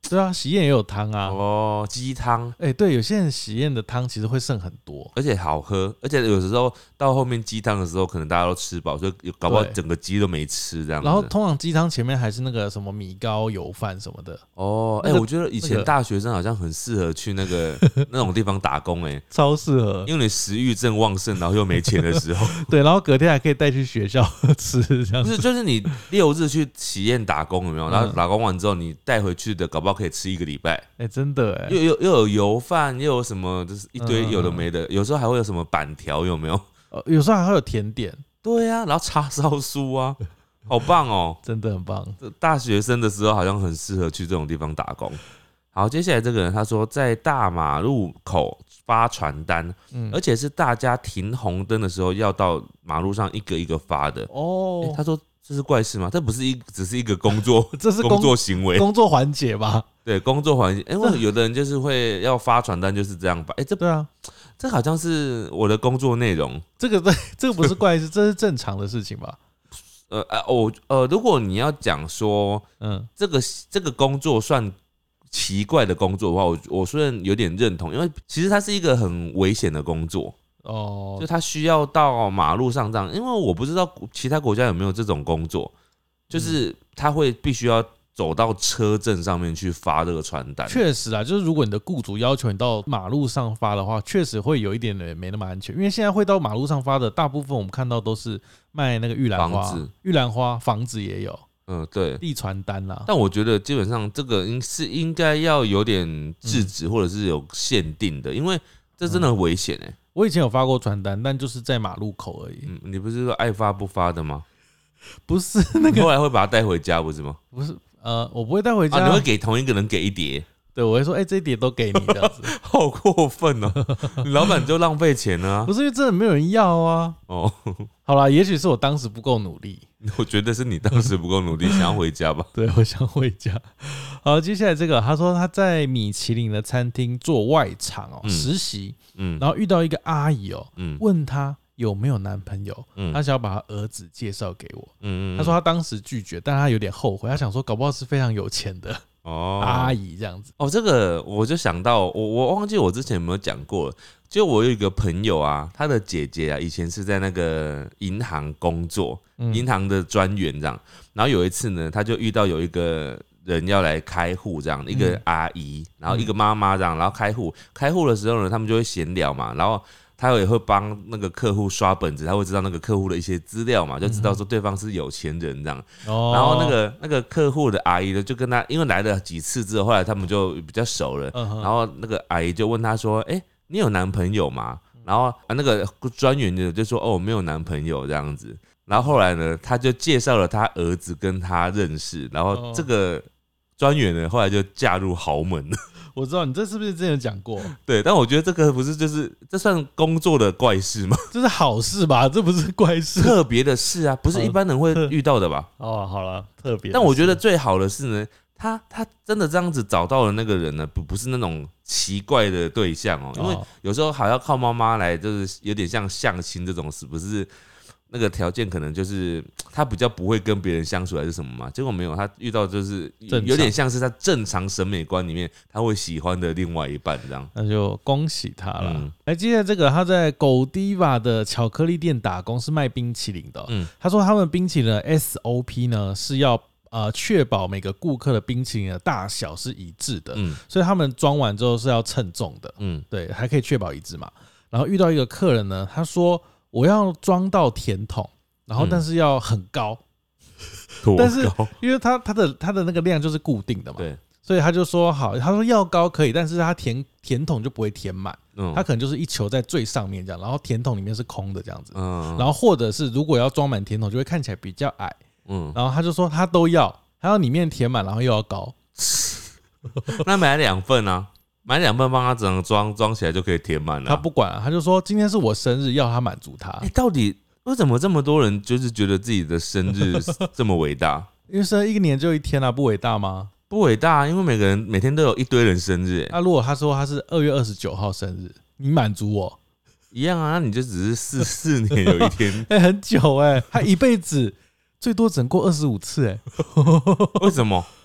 对啊，喜宴也有汤啊。 哦，鸡汤。 对，有些人喜宴的汤其实会剩很多， 而且好喝，而且有时候到后面鸡汤的时候，可能大家都吃饱，所以搞不好整个鸡都没吃这样子。 然后通常鸡汤前面还是那个什么米糕、油饭什么的。 哦，我觉得以前大学生好像很适合去那个那种地方打工， 超适合， 因为你食欲正旺盛，然后又没钱的时候， 对，然后隔天还可以带去学校吃，这样子。 不是，就是你6日去喜宴打工有没有？然后打工完之后，你带回去的，搞不好可以吃1个礼拜。 真的又有油饭，又有什么，就是一堆有的没的，有时候还会有什么板条，有没有？ 有时候还会有甜点。 对啊，然后叉烧酥啊，好棒哦， 真的很棒。 大学生的时候好像很适合去这种地方打工。好，接下来这个人他说在大马路口发传单，而且是大家停红灯的时候要到马路上一个一个发的。哦，他说这是怪事吗？这不是只是一个工作， 这是工作行为、 工作环节吧？ 对，工作环节。因为有的人就是会要发传单，就是这样吧？ 对啊， 这好像是我的工作内容。 这个不是怪事，这是正常的事情吧？ 如果你要讲说，这个工作算奇怪的工作的话，我虽然有点认同，因为其实它是一个很危险的工作。哦，就他需要到马路上这样，因为我不知道其他国家有没有这种工作，就是他会必须要走到车阵上面去发这个传单。 确实啊，就是如果你的雇主要求你到马路上发的话，确实会有一点没那么安全，因为现在会到马路上发的大部分我们看到都是卖那个玉兰花，房子也有。 对， 递传单啦。 但我觉得基本上这个应该要有点制止或者是有限定的，因为这真的很危险我以前有发过传单，但就是在马路口而已。 你不是说爱发不发的吗？ 不是那个， 后来会把它带回家，不是吗？ 不是，我不会带回家。 你会给同一个人给一叠？ 对，我会说，这一叠都给你这样子。 好过分哦！你老板就浪费钱啊。 不是因为真的没有人要啊。哦，好啦，也许是我当时不够努力。 我觉得是你当时不够努力，想要回家吧？ 对，我想回家。好，接下来这个，他说他在米其林的餐厅做外场实习，然后遇到一个阿姨问他有没有男朋友，他想要把他儿子介绍给我，他说他当时拒绝，但他有点后悔，他想说搞不好是非常有钱的阿姨这样子。 这个我就想到，我忘记我之前有没有讲过了。就我有一个朋友啊，他的姐姐啊，以前是在那个银行工作，银行的专员这样。然后有一次呢，他就遇到有一个人要来开户，这样一个阿姨，然后一个妈妈这样，然后开户的时候呢，他们就会闲聊嘛，然后他也会帮那个客户刷本子，他会知道那个客户的一些资料嘛，就知道说对方是有钱人这样。然后那个客户的阿姨呢，就跟他，因为来了几次之后，后来他们就比较熟了。然后那个阿姨就问他说：“你有男朋友吗？”然后那个专员就说：“我没有男朋友这样子。”然后后来呢，他就介绍了他儿子跟他认识，然后这个专员呢，后来就嫁入豪门了。 我知道你这是不是之前有讲过？ 对，但我觉得这个不是，就是这算工作的怪事吗？ 这是好事吧？这不是怪事， 特别的事啊，不是一般人会遇到的吧？ 好了，特别。 但我觉得最好的是呢，他真的这样子找到了那个人呢，不是那种奇怪的对象因为有时候还要靠妈妈来，就是有点像相亲这种，是不是？那个条件可能就是他比较不会跟别人相处还是什么嘛，结果没有，他遇到就是有点像是他正常审美观里面他会喜欢的另外一半这样， 那就恭喜他了。来，接下来这个他在狗迪瓦的巧克力店打工，是卖冰淇淋的。他说他们冰淇淋的 SOP 呢是要确保每个顾客的冰淇淋的大小是一致的，所以他们装完之后是要称重的，对，还可以确保一致嘛。然后遇到一个客人呢，他说我要装到甜筒，然后但是要很高，但是因为他的那个量就是固定的嘛，对，所以他就说好，他说要高可以，但是他甜筒就不会填满，他可能就是一球在最上面这样，然后甜筒里面是空的这样子，然后或者是如果要装满甜筒，就会看起来比较矮，然后他就说他都要，他要里面填满，然后又要高， 那买2份啊。买2份帮他整个装起来就可以填满了。 他不管他就说今天是我生日，要他满足他。 到底为什么这么多人就是觉得自己的生日这么伟大？ 因为生日一年就一天啊，不伟大吗？ 不伟大，因为每个人每天都有一堆人生日。 那如果他说他是2月29号生日，你满足我一样啊，那你就只是4年有一天， 很久他一辈子最多只能过25次为什么？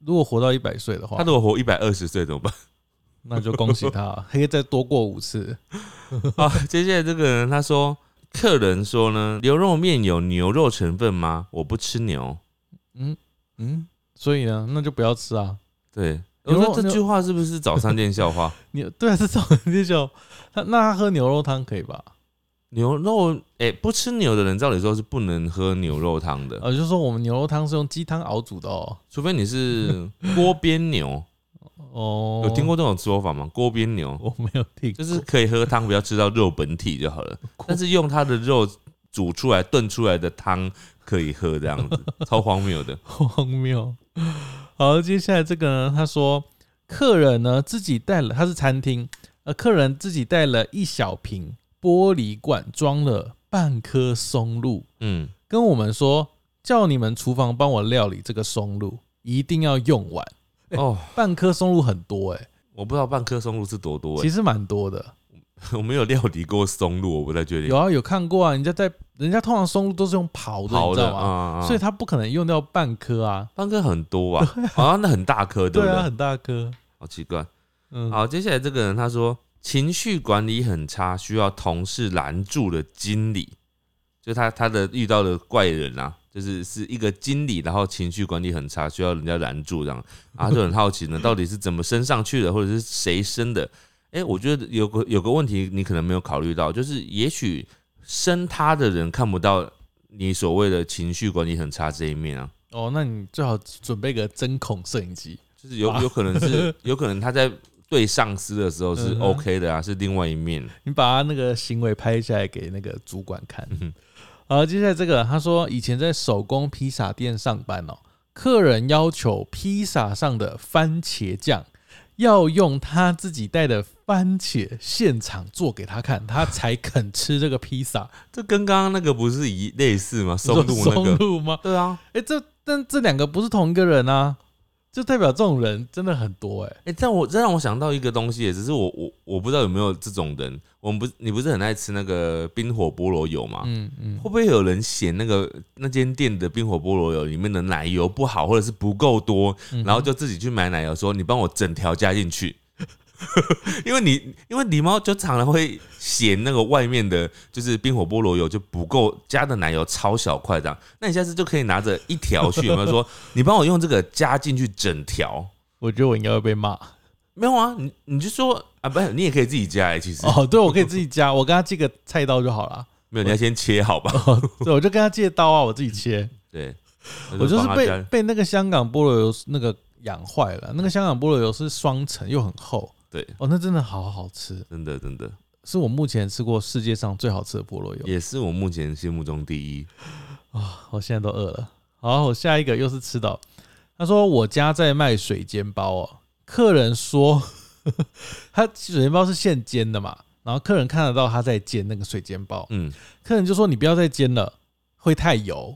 如果活到100岁的话， 他如果活120岁怎么办？ 那就恭喜他，还可以再多过5次。 好，接下来这个人他说，客人说呢，牛肉面有牛肉成分吗？我不吃牛。 所以呢，那就不要吃啊。 对，我说这句话是不是早餐店笑话？ 对啊，是早餐店笑话。那他喝牛肉汤可以吧？ 牛肉，不吃牛的人照理说是不能喝牛肉汤的。 就是说我们牛肉汤是用鸡汤熬煮的哦， 除非你是锅边牛。有听过这种说法吗？锅边牛我没有听过， 就是可以喝汤，不要吃到肉本体就好了。但是用它的肉煮出来、炖出来的汤可以喝，这样子超荒谬的。 荒谬。好，接下来这个呢，他说客人呢自己带了，他是餐厅，客人自己带了1小瓶玻璃罐，装了半颗松露，跟我们说叫你们厨房帮我料理这个松露，一定要用完。半颗松露很多我不知道半颗松露是多多其实蛮多的。 我没有料理过松露，我不太确定。 有啊，有看过啊，人家通常松露都是用刨的，你知道吗？所以他不可能用掉半颗啊， 半颗很多啊，那很大颗，对不对？ 对啊，很大颗， 好奇怪。好，接下来这个人他说情绪管理很差，需要同事拦住的经理，就他的遇到的怪人啊。是一个经理，然后情绪管理很差，需要人家拦住这样，然后就很好奇呢，到底是怎么升上去的，或者是谁升的？我觉得有个问题你可能没有考虑到，就是也许升他的人看不到你所谓的情绪管理很差这一面啊。 那你最好准备个针孔摄影机， 就是有可能是有可能他在对上司的时候是 OK 的啊，是另外一面。 你把他那个行为拍下来给那个主管看。好，接下来这个他说以前在手工披萨店上班客人要求披萨上的番茄酱要用他自己带的番茄现场做给他看，他才肯吃这个披萨。 这跟刚刚那个不是类似吗？松露那个松露吗？ 对啊， 但这2个不是同一个人啊，就代表这种人真的很多这让我想到一个东西，只是我不知道有没有这种人。你不是很爱吃那个冰火菠萝油吗？会不会有人嫌那间店的冰火菠萝油里面的奶油不好，或者是不够多，然后就自己去买奶油，说你帮我整条加进去。因为礼貌就常常会嫌那个外面的就是冰火菠萝油就不够，加的奶油超小块这样。那你下次就可以拿着1条去，有没有说你帮我用这个加进去整条？ 我觉得我应该会被骂。 没有啊，你就说啊，不是，你也可以自己加其实。 对，我可以自己加，我跟他借个菜刀就好了。 没有，你要先切好吧？ 对，我就跟他借刀啊，我自己切。 对， 我就是被那个香港菠萝油那个养坏了。那个香港菠萝油是双层又很厚。 对， 那真的好好吃， 真的， 是我目前吃过世界上最好吃的菠萝油， 也是我目前心目中第一。 我现在都饿了。好，我下一个又是吃到，他说我家在卖水煎包客人说他水煎包是现煎的嘛，然后客人看得到他在煎那个水煎包，客人就说你不要再煎了，会太油。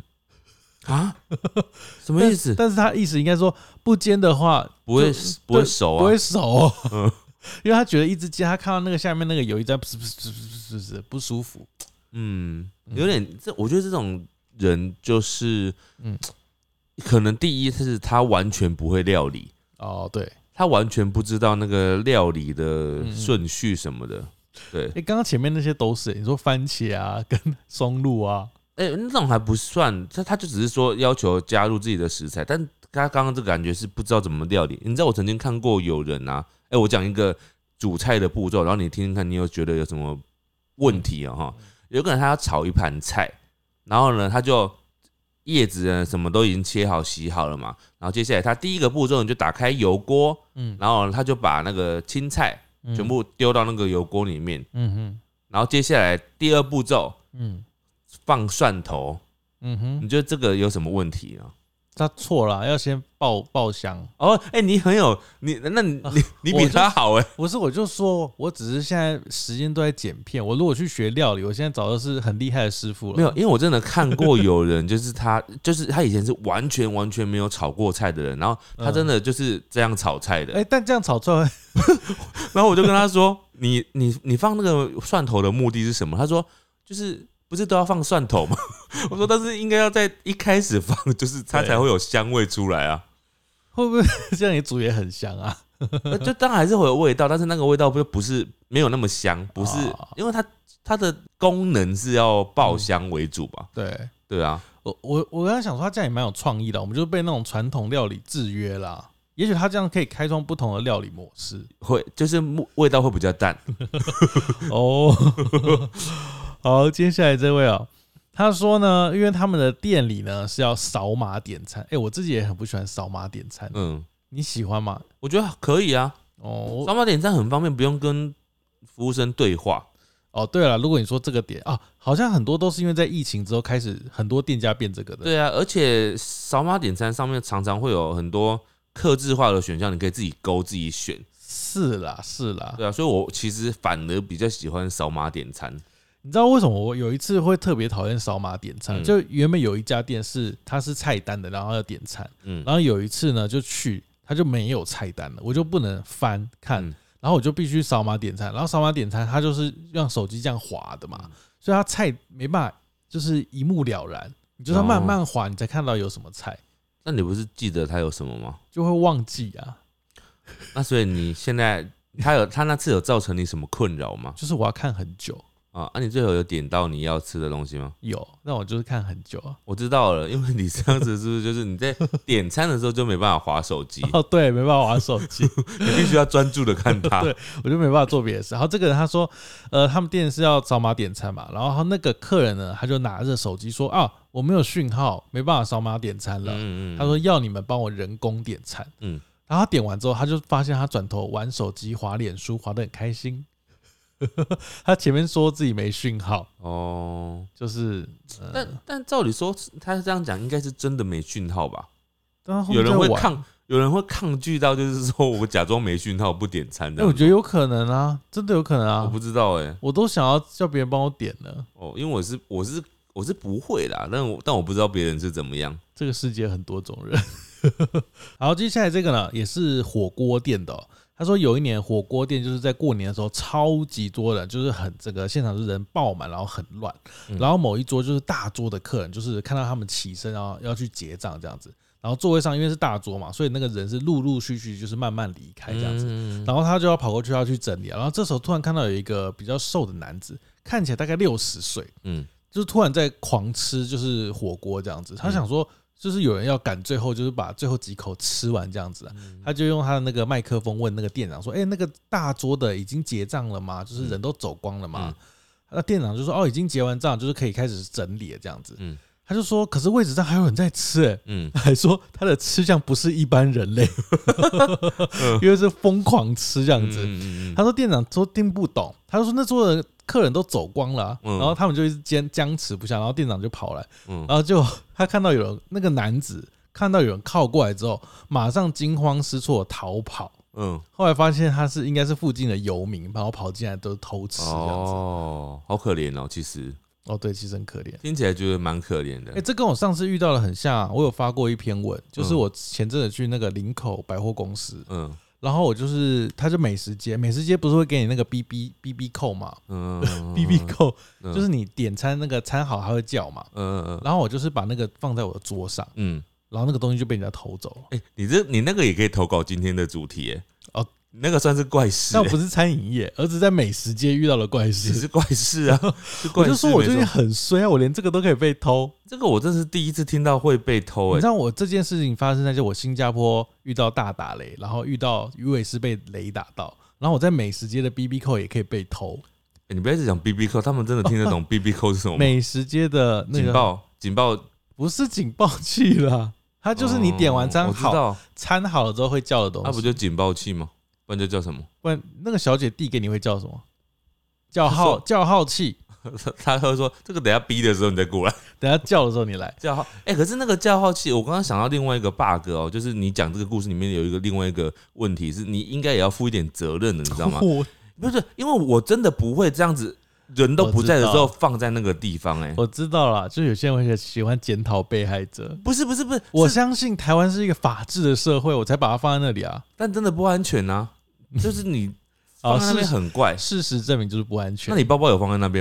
什么意思？ 但是他意思应该说不煎的话不会熟啊， 不会熟因为他觉得一直煎，他看到那个下面那个油一直在不舒服。 有点我觉得这种人就是可能第一是他完全不会料理对， 他完全不知道那个料理的顺序什么的。对， 刚刚前面那些都是你说番茄啊跟松露啊。 那种还不算，他就只是说要求加入自己的食材，但他刚刚这个感觉是不知道怎么料理。你知道我曾经看过有人我讲一个煮菜的步骤，然后你听听看，你有觉得有什么问题有个人他要炒一盘菜，然后呢他就叶子呢什么都已经切好洗好了嘛，然后接下来他第一个步骤你就打开油锅，然后他就把那个青菜全部丢到那个油锅里面，然后接下来第2步骤，放蒜头，你觉得这个有什么问题啊？ 他错了，要先爆香。 你很有你比他好不是，我就说我只是现在时间都在剪片，我如果去学料理，我现在找的是很厉害的师傅了。 没有，因为我真的看过有人，就是他以前是完全没有炒过菜的人，然后他真的就是这样炒菜的。 但这样炒出来， 然后我就跟他说，你放那个蒜头的目的是什么？他说就是不是都要放蒜头吗？我说但是应该要在一开始放，就是它才会有香味出来啊。 会不会这样也煮也很香啊？ 就当然还是会有味道，但是那个味道不是没有那么香，不是因为它的功能是要爆香为主吧？对啊， 我刚才想说他这样也蛮有创意的，我们就被那种传统料理制约啦。也许他这样可以开创不同的料理模式， 会就是味道会比较淡。 哦，好，接下来这位哦，他说呢，因为他们的店里呢是要扫码点餐，我自己也很不喜欢扫码点餐，你喜欢吗？ 我觉得可以啊，扫码点餐很方便，不用跟服务生对话。 哦，对了，如果你说这个点啊，好像很多都是因为在疫情之后开始，很多店家变这个的。 对啊，而且扫码点餐上面常常会有很多客制化的选项，你可以自己勾自己选。 是啦，对啊，所以我其实反而比较喜欢扫码点餐。 你知道为什么我有一次会特别讨厌扫码点餐？就原本有一家店它是菜单的，然后要点餐，然后有一次呢就去，它就没有菜单了，我就不能翻看。然后我就必须扫码点餐，然后扫码点餐，它就是用手机这样滑的嘛，所以它菜没办法就是一目了然，你就是要慢慢滑，你才看到有什么菜。 那你不是记得它有什么吗？ 就会忘记啊。 那所以你现在他那次有造成你什么困扰吗？ 就是我要看很久。 你最后有点到你要吃的东西吗？ 有，那我就是看很久啊。 我知道了，因为你这样子是不是就是你在点餐的时候就没办法滑手机？ 对，没办法滑手机， 你必须要专注的看它。 对，我就没办法做别的事。然后这个人他说，他们店是要扫码点餐嘛，然后那个客人呢，他就拿着手机说我没有讯号，没办法扫码点餐了。他说要你们帮我人工点餐。然后他点完之后，他就发现他转头玩手机、滑脸书，滑得很开心。他前面说自己没讯号就是， 但照理说他这样讲应该是真的没讯号吧？ 有人会抗拒到就是说我假装没讯号不点餐的。 我觉得有可能啊，真的有可能啊。 我不知道我都想要叫别人帮我点了。 因为我是不会啦，但我不知道别人是怎么样。 这个世界很多种人。好，接下来这个呢也是火锅店的。他说有一年火锅店就是在过年的时候超级多人，就是这个现场是人爆满，然后很乱。然后某一桌就是大桌的客人，就是看到他们起身然后要去结账这样子，然后座位上因为是大桌嘛，所以那个人是陆陆续续就是慢慢离开这样子。然后他就要跑过去要去整理，然后这时候突然看到有一个比较瘦的男子，看起来大概60岁，就是突然在狂吃就是火锅这样子。他想说就是有人要赶最后，就是把最后几口吃完这样子他就用他的那个麦克风问那个店长说：“那个大桌的已经结账了吗？就是人都走光了吗？”那店长就说：“已经结完账，就是可以开始整理了这样子。”他就说：“可是位置上还有人在吃还说他的吃相不是一般人类，因为是疯狂吃这样子。他说店长说听不懂，他就说那桌的客人都走光了然后他们就一直僵持不下，然后店长就跑来，然后就他看到有人那个男子看到有人靠过来之后，马上惊慌失措逃跑。后来发现他应该是附近的游民，然后跑进来都偷吃这样子。 好可怜其实。 对，其实很可怜， 听起来觉得蛮可怜的。 这跟我上次遇到的很像我有发过一篇文，就是我前阵子去那个林口百货公司，然后他就美食街不是会给你那个 BB 扣嘛，BB 扣就是你点餐那个餐好还会叫嘛，然后我就是把那个放在我的桌上，然后那个东西就被人家偷走了。 你那个也可以投稿今天的主题那个算是怪事但我不是餐饮业，而是在美食街遇到的怪事。 也是怪事啊， 我就说我最近很衰我连这个都可以被偷。 这个我真是第一次听到会被偷你知道我这件事情发生在就我新加坡遇到大打雷，然后遇到鱼尾狮被雷打到，然后我在美食街的 BB 扣也可以被偷。 你不要一直讲 BB 扣，他们真的听得懂 BB 扣是什么吗？ 美食街的那个警报不是警报器啦，它就是你点完餐好餐好了之后会叫的东西。 那不就警报器吗？不然就叫什么？ 不然那个小姐递给你会叫什么？叫号器。 他会说这个等下逼的时候你再过来， 等下叫的时候你来叫号。可是那个叫号器，我刚刚想到另外一个 bug 就是你讲这个故事里面有另外一个问题是，你应该也要负一点责任的，你知道吗？不是，因为我真的不会这样子，人都不在的时候放在那个地方。 我知道啦，就有些人会喜欢检讨被害者。 不是， 我相信台湾是一个法治的社会，我才把它放在那里啊。 但真的不安全啊。就是你放在那边很怪， 事实证明就是不安全。 那你包包有放在那边吗？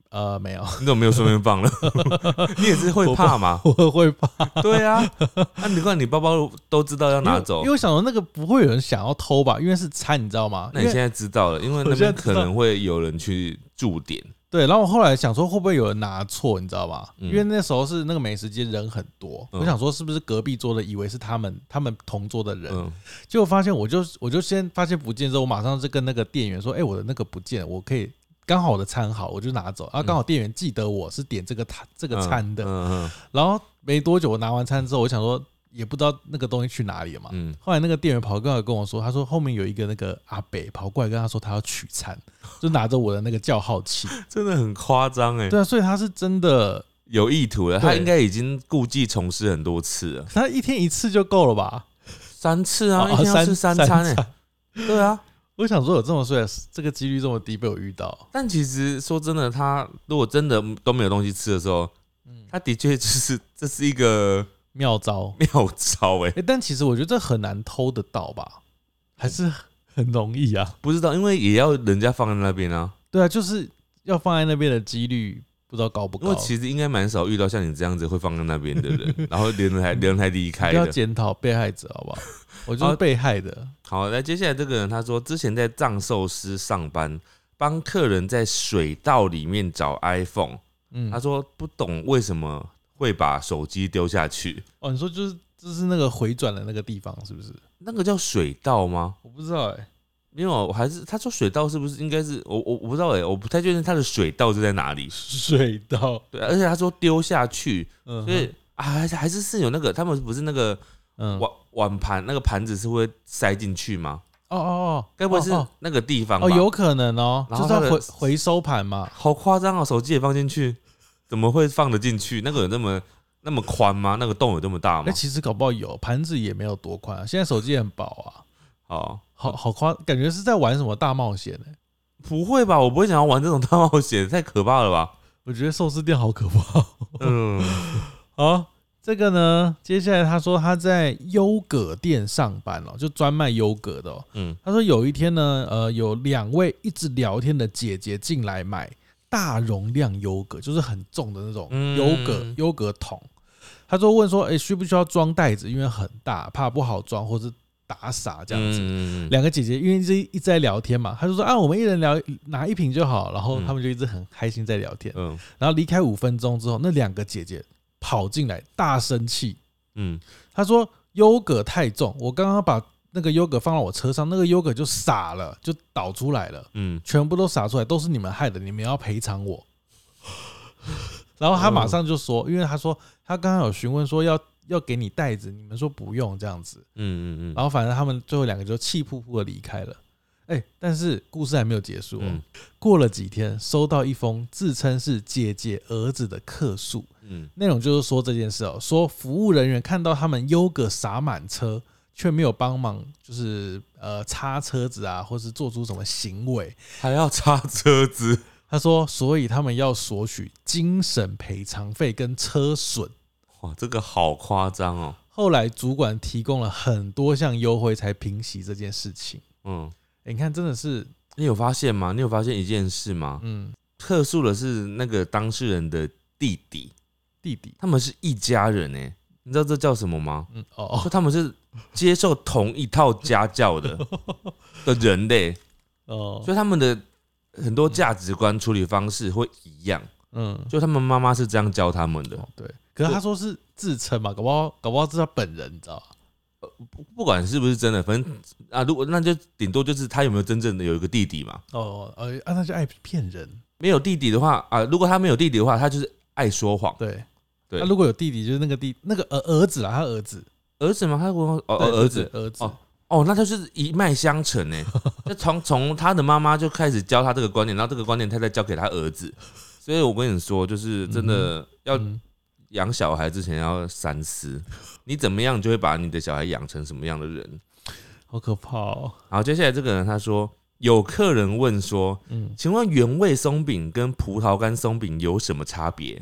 没有。 你怎么没有顺便放了？你也是会怕吗？ 我会怕。 对啊，那你看你包包都知道要拿走， 因为我想说那个不会有人想要偷吧，因为是餐，你知道吗？ 那你现在知道了，因为那边可能会有人去驻点。 对，然后我后来想说会不会有人拿错，你知道吗？因为那时候是那个美食街人很多，我想说是不是隔壁桌的以为是他们同桌的人，结果发现我就先发现不见之后，我马上就跟那个店员说，我的那个不见了，我可以刚好我的餐好，我就拿走，然后刚好店员记得我是点这个餐的，然后没多久我拿完餐之后，我想说。也不知道那个东西去哪里了嘛。后来那个店员跑过来跟我说，他说后面有一个那个阿伯跑过来跟他说他要取餐，就拿着我的那个叫号器， 真的很夸张哎。 对啊，所以他是真的有意图了，他应该已经故技重施很多次了。 他一天1次就够了吧 ？3次啊，一天要吃3餐哎。对啊， 我想说有这么衰，这个几率这么低被我遇到。 但其实说真的，他如果真的都没有东西吃的时候，他的确就是这是一个。 妙招但其实我觉得这很难偷得到吧，还是很容易啊？ 不知道，因为也要人家放在那边啊。 对啊，就是要放在那边的几率不知道高不高。 因为其实应该蛮少遇到像你这样子会放在那边的人，然后人还离开的。 要检讨被害者好不好？我就是被害的。 好，来接下来这个人他说，之前在藏寿司上班，帮客人在水道里面找 iPhone。他说不懂为什么。会把手机丢下去哦？你说就是那个回转的那个地方，是不是？ 那个叫水道吗？ 我不知道因为我还是他说水道是不是应该是我不知道我不太确定他的水道是在哪里。 水道对，而且他说丢下去，所以还是有那个他们不是那个碗盘那个盘子是会塞进去吗？该不会是那个地方吧？ 有可能哦，就是回收盘嘛。 好夸张哦，手机也放进去。怎么会放得进去？那个有那么宽吗？那个洞有这么大吗？ 其实搞不好有，盘子也没有多宽啊。现在手机也很薄啊。好夸，感觉是在玩什么大冒险呢？ 不会吧？我不会想要玩这种大冒险，太可怕了吧？ 我觉得寿司店好可怕。好，这个呢，接下来他说他在优格店上班就专卖优格的。他说有一天呢，有2位一直聊天的姐姐进来买。大容量优格就是很重的那种优格桶，他说问说，需不需要装袋子？因为很大，怕不好装，或是打洒这样子。2个姐姐因为一直在聊天嘛，他就说我们一人拿1瓶就好，然后他们就一直很开心在聊天。然后离开5分钟之后，那2个姐姐跑进来大生气。他说优格太重，我刚刚把那个优格放到我车上，那个优格就洒了，就倒出来了，全部都洒出来，都是你们害的，你们要赔偿我。然后他马上就说，因为他说他刚刚有询问说要给你袋子，你们说不用这样子，然后反正他们最后2个就气扑扑的离开了。但是故事还没有结束过了几天，收到一封自称是姐姐儿子的客诉，内容就是说这件事说服务人员看到他们优格洒满车。却没有帮忙，就是擦车子啊，或是做出什么行为， 还要擦车子。 他说，所以他们要索取精神赔偿费跟车损。 哇，这个好夸张哦！ 后来主管提供了很多项优惠，才平息这件事情。你看，真的是你有发现吗？你有发现一件事吗？客诉的是那个当事人的弟弟，他们是一家人哎。你知道这叫什么吗？说他们是接受同一套家教的人类，所以他们的很多价值观、处理方式会一样。就他们妈妈是这样教他们的。 对，可是他说是自称嘛，搞不好是他本人，你知道吗？ 不管是不是真的，反正如果那就顶多就是他有没有真正的有一个弟弟嘛。 那就爱骗人。 没有弟弟的话如果他没有弟弟的话，他就是爱说谎。 对。他如果有弟弟，就是那个儿子啦，他儿子吗？他儿子那他就是一脉相承哎，就从他的妈妈就开始教他这个观念，然后这个观念他再教给他儿子，所以我跟你说，就是真的要养小孩之前要三思，你怎么样就会把你的小孩养成什么样的人， 好可怕哦。 好，接下来这个人他说，有客人问说，请问原味松饼跟葡萄干松饼有什么差别？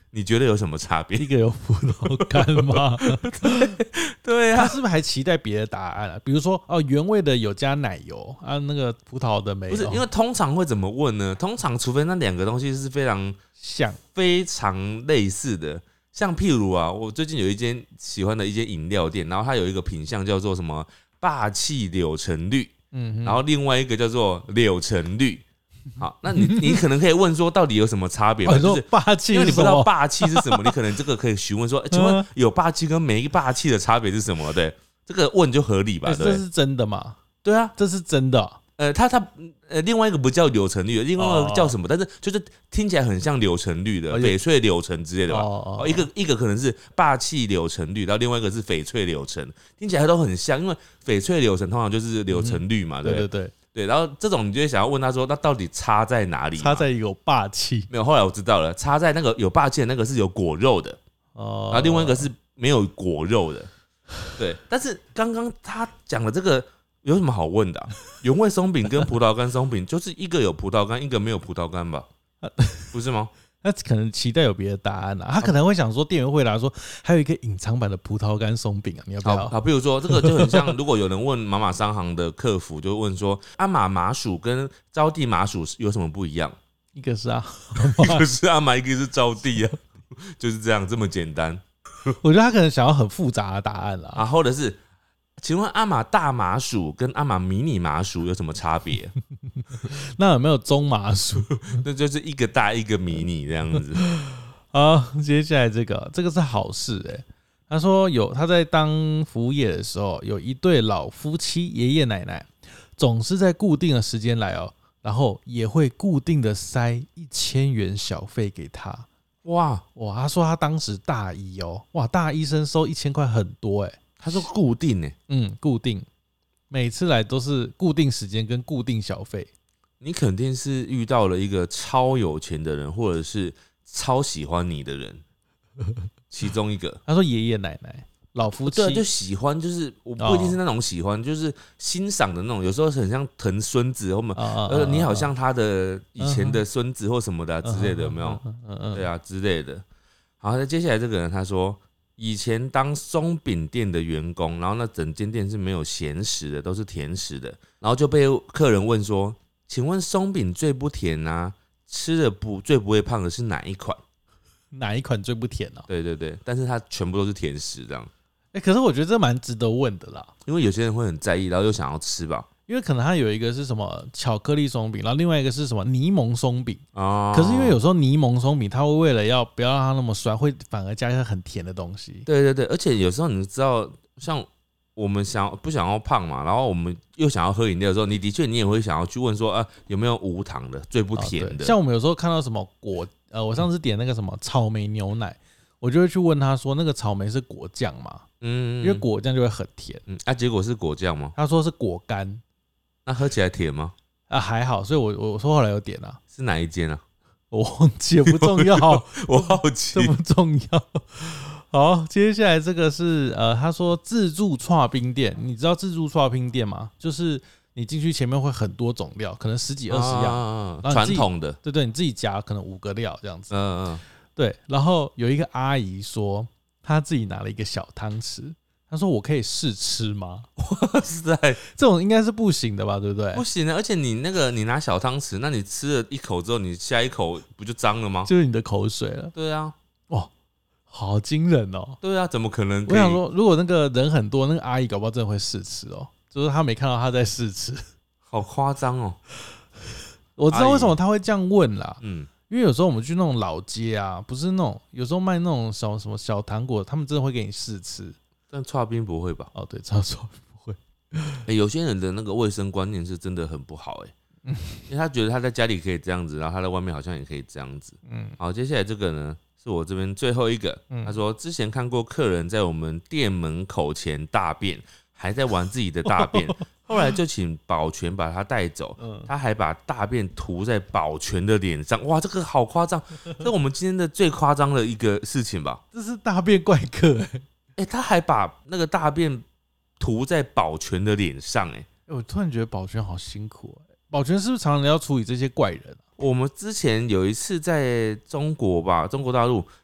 你觉得有什么差别？ 一个有葡萄干吗？ 对啊， 他是不是还期待别的答案啊？比如说原味的有加奶油啊，那个葡萄的没有。 不是，因为通常会怎么问呢？通常除非那两个东西是非常像、 非常类似的，像譬如啊，我最近有一间喜欢的一间饮料店，然后它有一个品项叫做什么霸气柳橙绿，然后另外一个叫做柳橙绿。好，那你可能可以问说，到底有什么差别？ 就是霸气， 因为你不知道霸气是什么，你可能这个可以询问说，请问有霸气跟没霸气的差别是什么？对，这个问就合理吧？对， 这是真的吗？ 对啊， 这是真的。 另外一个不叫柳橙绿，另外一个叫什么？但是就是听起来很像柳橙绿的，翡翠柳橙之类的吧？一个可能是霸气柳橙绿，然后另外一个是翡翠柳橙，听起来都很像，因为翡翠柳橙通常就是柳橙绿嘛，对。对，然后这种你就会想要问他说，那到底差在哪里？ 差在有霸气没有？后来我知道了，差在那个有霸气的那个是有果肉的，然后另外一个是没有果肉的。对，但是刚刚他讲的这个有什么好问的原味松饼跟葡萄干松饼，就是一个有葡萄干，一个没有葡萄干吧？不是吗？ 他可能期待有别的答案啊，他可能会想说，店员会来说，还有一个隐藏版的葡萄干松饼啊，你要不要？ 好，比如说这个就很像，如果有人问妈妈商行的客服，就问说，阿玛麻薯跟招娣麻薯有什么不一样？ 一个是一个是阿玛，一个是招娣啊，就是这样，这么简单。 我觉得他可能想要很复杂的答案啦， 或者是，请问阿玛大麻薯跟阿玛迷你麻薯有什么差别？ 那有没有中麻薯？ 那就是一个大一个迷你这样子。 好，接下来这个是好事他说他在当服务业的时候，有一对老夫妻爷爷奶奶总是在固定的时间来然后也会固定的塞1000元小费给他。哇，他说他当时大一哇，大一生收1000块很多他说固定固定，每次来都是固定时间跟固定小费。 你肯定是遇到了一个超有钱的人，或者是超喜欢你的人，其中一个。 他说爷爷奶奶、老夫妻， 对，就喜欢，就是我不一定是那种喜欢，就是欣赏的那种。有时候很像疼孙子，或者你好像他的以前的孙子或什么的之类的，有没有？对啊，之类的。好，那接下来这个人他说，以前当松饼店的员工，然后那整间店是没有咸食的，都是甜食的，然后就被客人问说，请问松饼最不甜啊？吃的最不会胖的是哪一款？ 哪一款最不甜对，但是它全部都是甜食这样。 可是我觉得这蛮值得问的啦， 因为有些人会很在意，然后又想要吃吧。 因为可能它有一个是什么巧克力松饼，然后另外一个是什么柠檬松饼可是因为有时候柠檬松饼它会为了不要让它那么酸，会反而加一些很甜的东西。 对，而且有时候你知道，像我们不想要胖嘛，然后我们又想要喝饮料的时候，你也会想要去问说，有没有无糖的、最不甜的？ 像我们有时候看到什么我上次点那个什么草莓牛奶，我就会去问他说，那个草莓是果酱吗？因为果酱就会很甜。 结果是果酱吗？ 他说是果干。 那喝起来甜吗？ 还好，所以我说后来有点是哪一间啊？ 我忘记了，不重要。 我好奇， 这不重要。好，接下来这个是他说自助剉冰店，你知道自助剉冰店吗？就是你进去前面会很多种料，可能10几20样， 传统的， 对，你自己夹可能5个料这样子。对。然后有一个阿姨说，她自己拿了一个小汤匙。他说：“我可以试吃吗？” 哇塞， 这种应该是不行的吧，对不对？ 不行的，而且你拿小汤匙，那你吃了一口之后，你下一口不就脏了吗？ 就是你的口水了。 对啊， 哇，好惊人哦！ 对啊，怎么可能？ 我想说，如果那个人很多，那个阿姨搞不好真的会试吃就是她没看到她在试吃， 好夸张哦！ 我知道为什么她会这样问啦，因为有时候我们去那种老街啊，不是那种有时候卖那种什么小糖果，他们真的会给你试吃。 但剉冰不会吧？ 对，剉冰不会。 有些人的那个卫生观念是真的很不好因为他觉得他在家里可以这样子，然后他在外面好像也可以这样子。好，接下来这个呢是我这边最后一个。他说之前看过客人在我们店门口前大便，还在玩自己的大便，后来就请保全把他带走。他还把大便涂在保全的脸上。哇，这个好夸张！这是我们今天的最夸张的一个事情吧？ 这是大便怪客他还把那个大便涂在保全的脸上我突然觉得保全好辛苦保全是不是常常要处理这些怪人我们之前有一次在中国大陆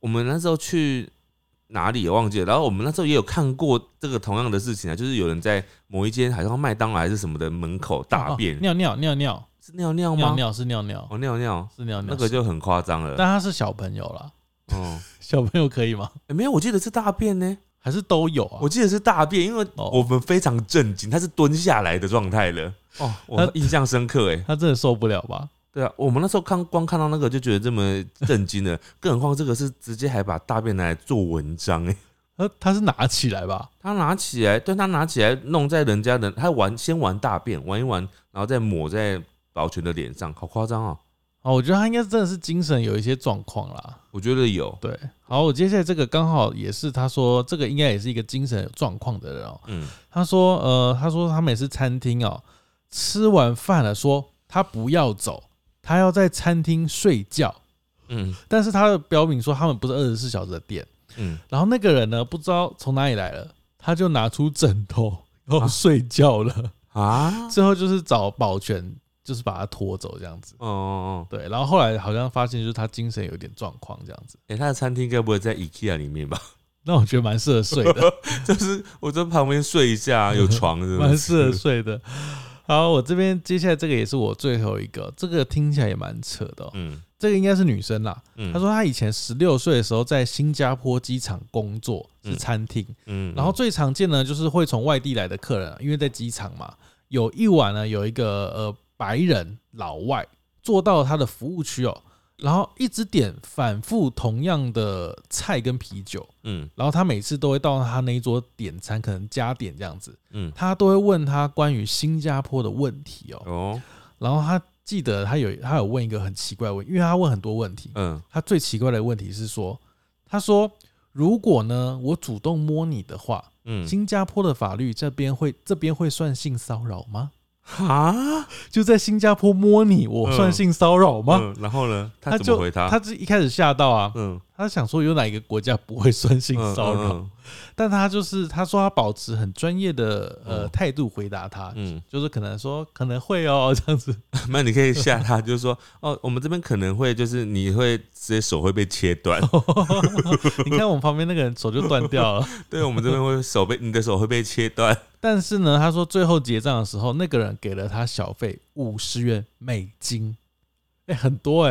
我们那时候去哪里也忘记了，然后我们那时候也有看过这个同样的事情啊，就是有人在某一间好像麦当劳还是什么的门口大便， 尿尿是尿尿吗？ 尿是尿尿， 尿尿是尿尿， 那个就很夸张了。 但他是小朋友啦，小朋友可以吗？ 没有，我记得是大便呢， 还是都有啊？ 我记得是大便，因为我们非常震惊，他是蹲下来的状态了。我印象深刻哎， 他真的受不了吧？ 对啊，我们那时候光看到那个就觉得这么震惊了，更何况这个是直接还把大便拿来做文章哎。 他是拿起来吧？ 他拿起来弄在人家的，他先玩大便，玩一玩，然后再抹在保全的脸上，好夸张哦！ 我觉得他应该真的是精神有一些状况啦。 我觉得有。 对，好，我接下来这个刚好也是他说这个应该也是一个精神有状况的人哦。他说他们也是餐厅哦，吃完饭了，说他不要走，他要在餐厅睡觉。但是他的标明说他们不是24小时的店。然后那个人呢，不知道从哪里来了，他就拿出枕头然后睡觉了啊。最后就是找保全，就是把他拖走这样子。对。然后后来好像发现就是他精神有点状况这样子。 他的餐厅该不会在 IKEA 里面吧？ 那我觉得蛮适合睡的， 就是我在旁边睡一下，有床是不是， 蛮适合睡的。好，我这边接下来这个也是我最后一个，这个听起来也蛮扯的。这个应该是女生啦。她说她以前16岁的时候在新加坡机场工作，是餐厅。然后最常见呢就是会从外地来的客人，因为在机场嘛，有一晚呢有一个白人老外坐到他的服务区哦，然后一直点反复同样的菜跟啤酒。然后他每次都会到他那一桌点餐，可能加点这样子。他都会问他关于新加坡的问题哦。然后他记得他有问一个很奇怪的问题，因为他问很多问题。他最奇怪的问题是说，他说如果呢我主动摸你的话，新加坡的法律这边会算性骚扰吗？就在新加坡摸你，我算性骚扰吗？ 然后呢，他怎么回他？ 他一开始吓到啊，他想说有哪一个国家不会算性骚扰？但他说他保持很专业的态度回答他，就是可能说可能会哦这样子。 那你可以吓他，就是说我们这边可能会，就是你会直接手会被切断。 你看我们旁边那个人手就断掉了。 对，我们这边会你的手会被切断。 但是呢，他说最后结账的时候，那个人给了他小费50元美金。很多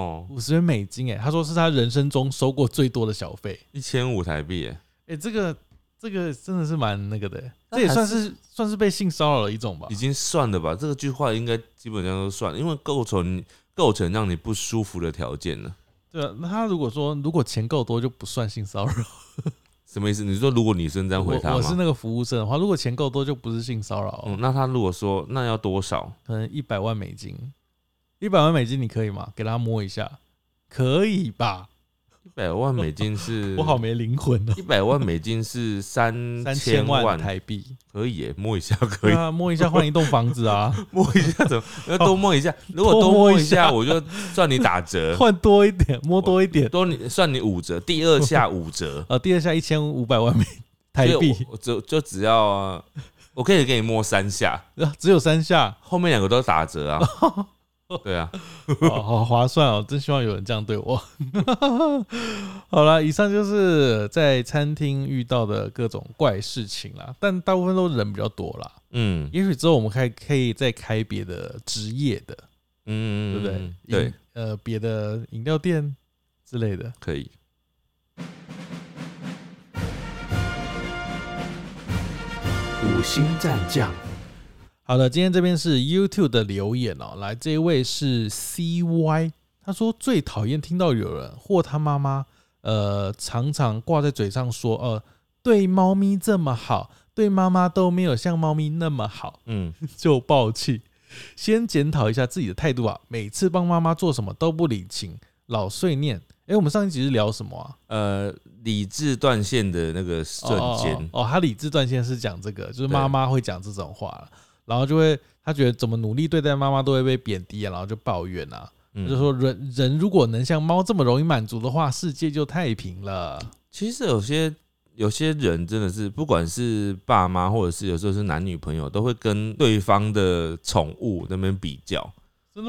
50元美金他说是他人生中收过最多的小费，1500台币这个真的是蛮那个的，这也算是被性骚扰的一种吧？ 已经算了吧，这个句话应该基本上都算了，因为构成让你不舒服的条件了。 对啊，那他如果钱够多就不算性骚扰。 什么意思？你说如果女生这样回他吗？ 我是那个服务生的话，如果钱够多就不是性骚扰。 那他如果说那要多少？ 可能100万美金。100万美金你可以吗？给他摸一下，可以吧 ？100万美金是， 我好没灵魂哦。 100万美金是3000万台币， 可以摸一下可以。 摸一下换一栋房子啊！ 摸一下怎么？要多摸一下，如果多摸一下，我就算你打折， 换多一点，摸多一点， 算你5折，第2下5折， 第2下1500万台币， 就只要我可以给你摸3下， 只有3下， 后面2个都打折啊。对啊， 好划算哦！真希望有人这样对我。好了，以上就是在餐厅遇到的各种怪事情啦，但大部分都人比较多啦。也许之后我们可以再开别的职业的，对不对？对，别的饮料店之类的可以。 5星战将。 好的，今天这边是 YouTube 的留言哦，来，这一位是 CY， 他说最讨厌听到有人或他妈妈常常挂在嘴上说对猫咪这么好，对妈妈都没有像猫咪那么好，就爆气。先检讨一下自己的态度啊，每次帮妈妈做什么都不领情，老碎念。我们上一集是聊什么啊？ 理智断线的那个瞬间。 他理智断线是讲这个，就是妈妈会讲这种话了。然后他觉得怎么努力对待妈妈都会被贬低然后就抱怨就说人如果能像猫这么容易满足的话，世界就太平了。 其实有些人真的是，不管是爸妈或者是有时候是男女朋友，都会跟对方的宠物那边比较。 真的吗？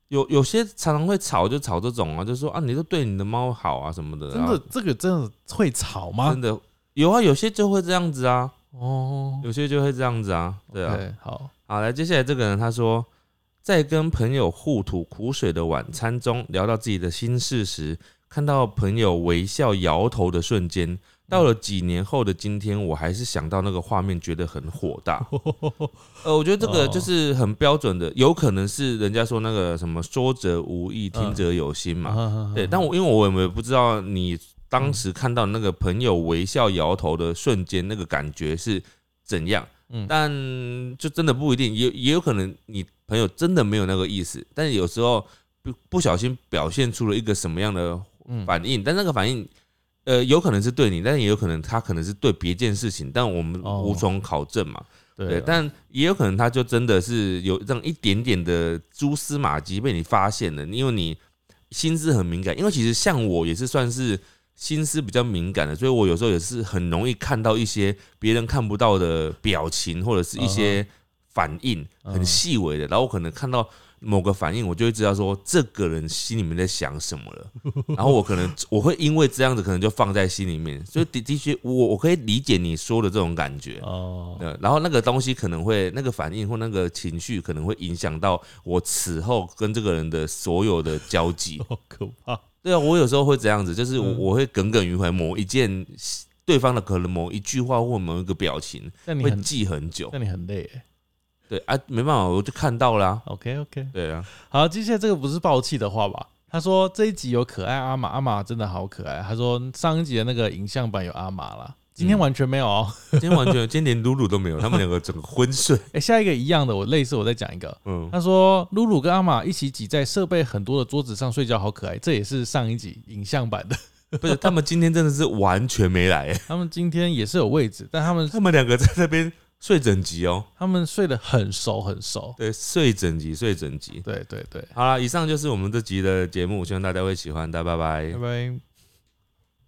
有些常常会吵，就吵这种啊，就说啊，你都对你的猫好啊什么的。 真的，这个真的会吵吗？ 真的有啊，有些就会这样子啊。哦，有些就会这样子啊。对啊。 Okay, 好， 来，接下来这个人他说，在跟朋友互吐苦水的晚餐中，聊到自己的心事时，看到朋友微笑摇头的瞬间，到了几年后的今天，我还是想到那个画面，觉得很火大。我觉得这个就是很标准的，有可能是人家说那个什么说者无意，听者有心嘛。对，但因为我也不知道你当时看到那个朋友微笑摇头的瞬间，那个感觉是怎样。但就真的不一定，也有可能你朋友真的没有那个意思，但是有时候不小心表现出了一个什么样的反应，但那个反应有可能是对你，但是也有可能他可能是对别件事情，但我们无从考证嘛。对，但也有可能他就真的是有这样一点点的蛛丝马迹被你发现了，因为你心思很敏感，因为其实像我也是算是心思比较敏感的，所以我有时候也是很容易看到一些别人看不到的表情，或者是一些反应，很细微的。然后我可能看到某个反应，我就会知道说这个人心里面在想什么了。然后我会因为这样子，可能就放在心里面。所以的确，我可以理解你说的这种感觉。然后那个东西可能会那个反应或那个情绪，可能会影响到我此后跟这个人的所有的交际。 好可怕。 对啊，我有时候会这样子，就是我会耿耿于怀某一件对方的可能某一句话或某一个表情，会记很久。 那你很累耶。 对啊，没办法，我就看到啦。 OK， 对啊。 好，接下来这个不是爆气的话吧？他说这一集有可爱阿玛，阿玛真的好可爱。他说上一集的那个影像版有阿玛啦，今天完全没有哦。 今天连露露都没有，他们两个整个昏睡。 下一个一样的，类似我再讲一个。他说露露跟阿玛一起挤在设备很多的桌子上睡觉，好可爱。这也是上一集影像版的。 不是，他们今天真的是完全没来。 他们今天也是有位置，但他们两个在那边睡整集哦。 他们睡得很熟很熟。 对，睡整集。 对。 好啦，以上就是我们这集的节目，希望大家会喜欢。大家拜拜。 拜拜。